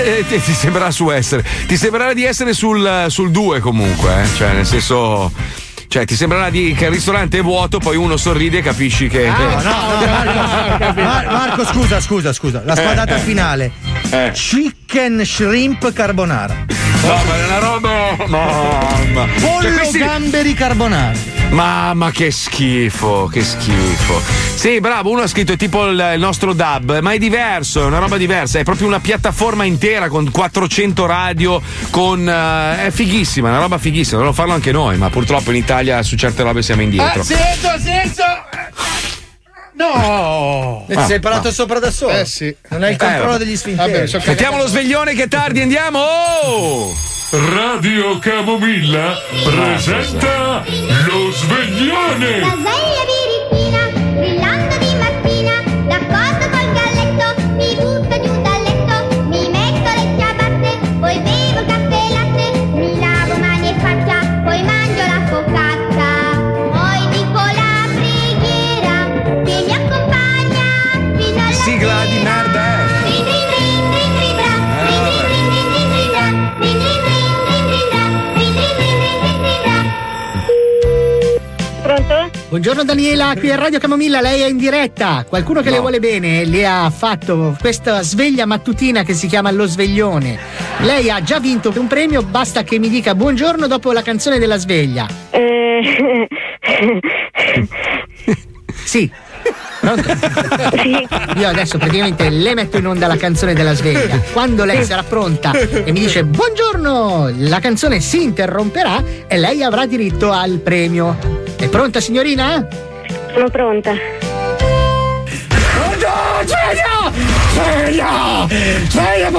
di essere sul 2 comunque, cioè nel senso. Cioè, ti sembrerà che il ristorante è vuoto, poi uno sorride e capisci che. Marco, scusa. La spadata finale. Chicken shrimp carbonara. No, ma è una roba. Mamma. Pollo gamberi carbonara. Mamma, che schifo. Sì, bravo, uno ha scritto tipo il nostro DAB, ma è diverso, è una roba diversa, è proprio una piattaforma intera con 400 radio, è fighissima, una roba fighissima, dovremmo farlo anche noi, ma purtroppo in Italia su certe robe siamo indietro. Senso! No! Sei parato sopra da solo. Sì. Non hai il controllo degli sfinteri. Mettiamo lo sveglione che è tardi, andiamo! Oh! Radio Camomilla presenta lo sveglione. La sveglia birichina, brillando di mattina, d'accordo col galletto, mi butto giù dal letto, mi metto le ciabatte, poi bevo caffè e latte, mi lavo mani e faccia, poi mangio la focaccia, poi dico la preghiera che mi accompagna fino alla sigla di merda è. Pronto? Buongiorno Daniela, qui a Radio Camomilla, lei è in diretta. Qualcuno che le vuole bene le ha fatto questa sveglia mattutina che si chiama Lo Sveglione. Lei ha già vinto un premio, basta che mi dica buongiorno dopo la canzone della sveglia. Sì. Pronto? Sì. Io adesso praticamente le metto in onda la canzone della sveglia. Quando lei sarà pronta e mi dice buongiorno, la canzone si interromperà e lei avrà diritto al premio. È pronta, signorina? Sono pronta. Sveglia! Sveglia! Sveglia!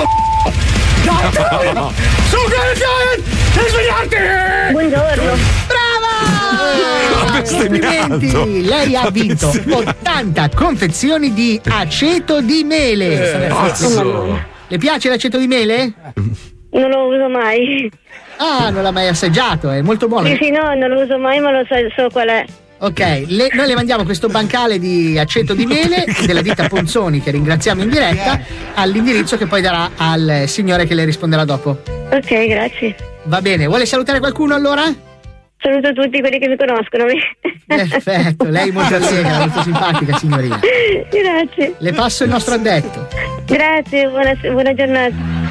Su, devi svegliarti! Buongiorno. Brava! Complimenti! Lei ha vinto 80 confezioni di aceto di mele. Le piace l'aceto di mele? Non lo uso mai. Ah, non l'ha mai assaggiato, è molto buono. Sì, no, non lo uso mai, ma lo so qual è. Ok, noi le mandiamo questo bancale di aceto di mele della ditta Ponzoni, che ringraziamo in diretta, all'indirizzo che poi darà al signore che le risponderà dopo. Ok, grazie. Va bene, vuole salutare qualcuno allora? Saluto tutti quelli che mi conoscono. Perfetto, lei molto allegra, molto simpatica, signorina. Grazie. Le passo il nostro addetto. Grazie, buona giornata.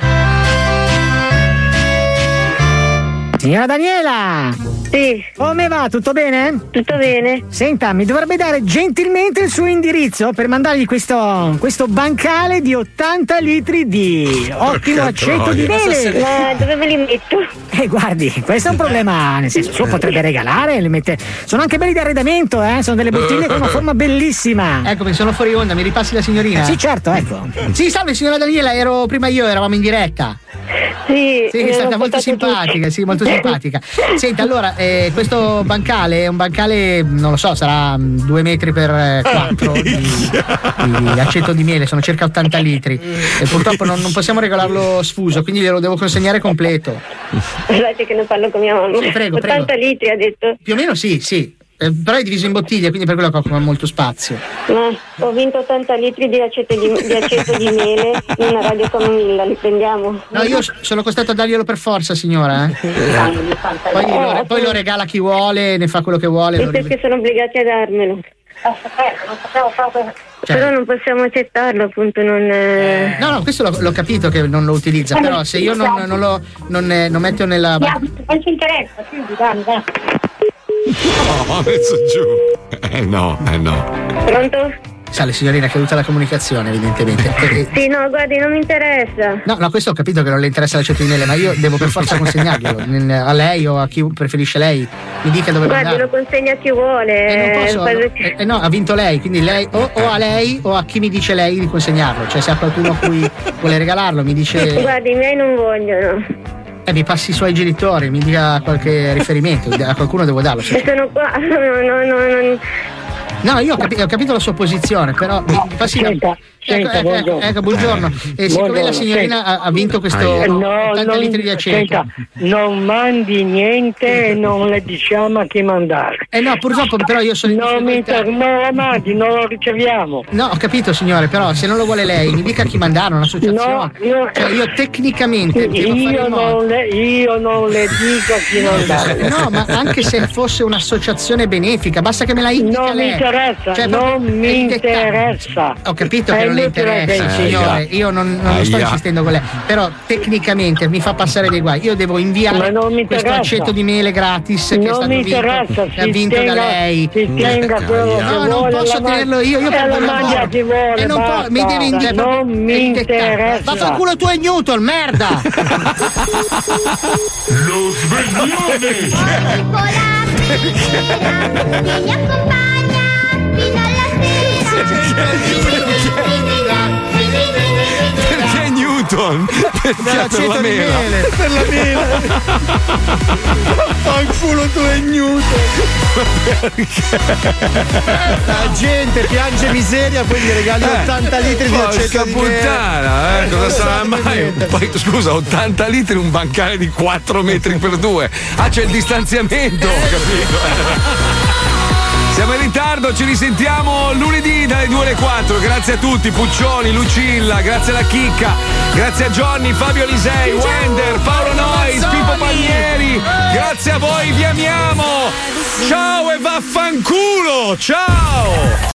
Signora Daniela! Sì. Come va? Tutto bene? Tutto bene. Senta, mi dovrebbe dare gentilmente il suo indirizzo per mandargli questo bancale di 80 litri di ottimo aceto di mele. Ma dove me li metto? Guardi, questo è un problema, nel senso, suo potrebbe regalare, li mette. Sono anche belli di arredamento, sono delle bottiglie con una forma bellissima. Eccomi, sono fuori onda, mi ripassi la signorina? Sì, certo, ecco. Sì, salve signora Daniela, ero prima io, eravamo in diretta. Sì, è stata molto simpatica, tutti. sì, molto simpatica. Senta, allora, questo bancale è un bancale, non lo so, sarà 2 metri per 4 di aceto di miele, sono circa 80 litri. E purtroppo non possiamo regalarlo sfuso, quindi glielo devo consegnare completo. Guardate che ne parlo con mia mamma. Sì, prego, 80 litri ha detto? Più o meno sì. Però è diviso in bottiglie, quindi per quello che occupa molto spazio. Ma ho vinto 80 litri di aceto di miele in una radio camomilla, li prendiamo? No, io sono costretto a darglielo per forza, signora. Poi lo regala a chi vuole, ne fa quello che vuole. E perché sono obbligati a darmelo? Però non possiamo accettarlo, appunto. No, questo l'ho capito che non lo utilizza, però se io non metto nella. Non ci interessa, quindi dai. No, adesso giù. No. Pronto? Sale signorina, è caduta la comunicazione evidentemente. Sì, no, guardi, non mi interessa. No, questo ho capito che non le interessa l'aceto di mele, ma io devo per forza consegnarglielo a lei o a chi preferisce lei. Mi dica dove guardi, mandarlo. lo consegna a chi vuole. Non posso, no, ha vinto lei, quindi lei o a lei o a chi mi dice lei di consegnarlo. Cioè se ha qualcuno a cui vuole regalarlo mi dice. Guardi, i miei non vogliono. Mi passi i suoi genitori, mi dica qualche riferimento, a qualcuno devo darlo. Se sono qua, No, io ho capito la sua posizione, però mi passi ecco, buongiorno. Siccome la signorina ha vinto questo 80 litri di aceto. Senta, non mandi niente e non le diciamo a chi mandare. No, purtroppo però io sono non lo mandi, non lo riceviamo. No, ho capito signore, però se non lo vuole lei mi dica a chi mandarlo, un'associazione. No, io tecnicamente io non le dico a chi mandare. No, ma anche se fosse un'associazione benefica, basta che me la indica non lei. Mi interessa, cioè, non mi interessa. Ho capito che non le interessa, signore. Io non sto insistendo con lei, però tecnicamente mi fa passare dei guai. Io devo inviare questo aceto di mele gratis che è stato vinto da lei. Si tenga quello che vuole. Non posso tenerlo io perdo il lavoro. E non mi deve indicare. Non mi interessa. Ma fa culo tu e Newton, merda! Lo sveglione! Che mi accompagna fino alla sera. Perché Newton? Per la mela. Per la mela. Fanculo tu e Newton. La gente piange miseria, poi gli regali 80 litri di aceto di puttana, cosa sarà mai? Poi scusa, 80 litri un bancale di 4 metri per 2. C'è il distanziamento, capito? Siamo in ritardo, ci risentiamo lunedì dalle 2 alle 4. Grazie a tutti, Puccioni, Lucilla, grazie alla Chicca, grazie a Johnny, Fabio Lisei, Wender, Paolo Nois, Pippo Palmieri. Grazie a voi, vi amiamo. Ciao e vaffanculo, ciao.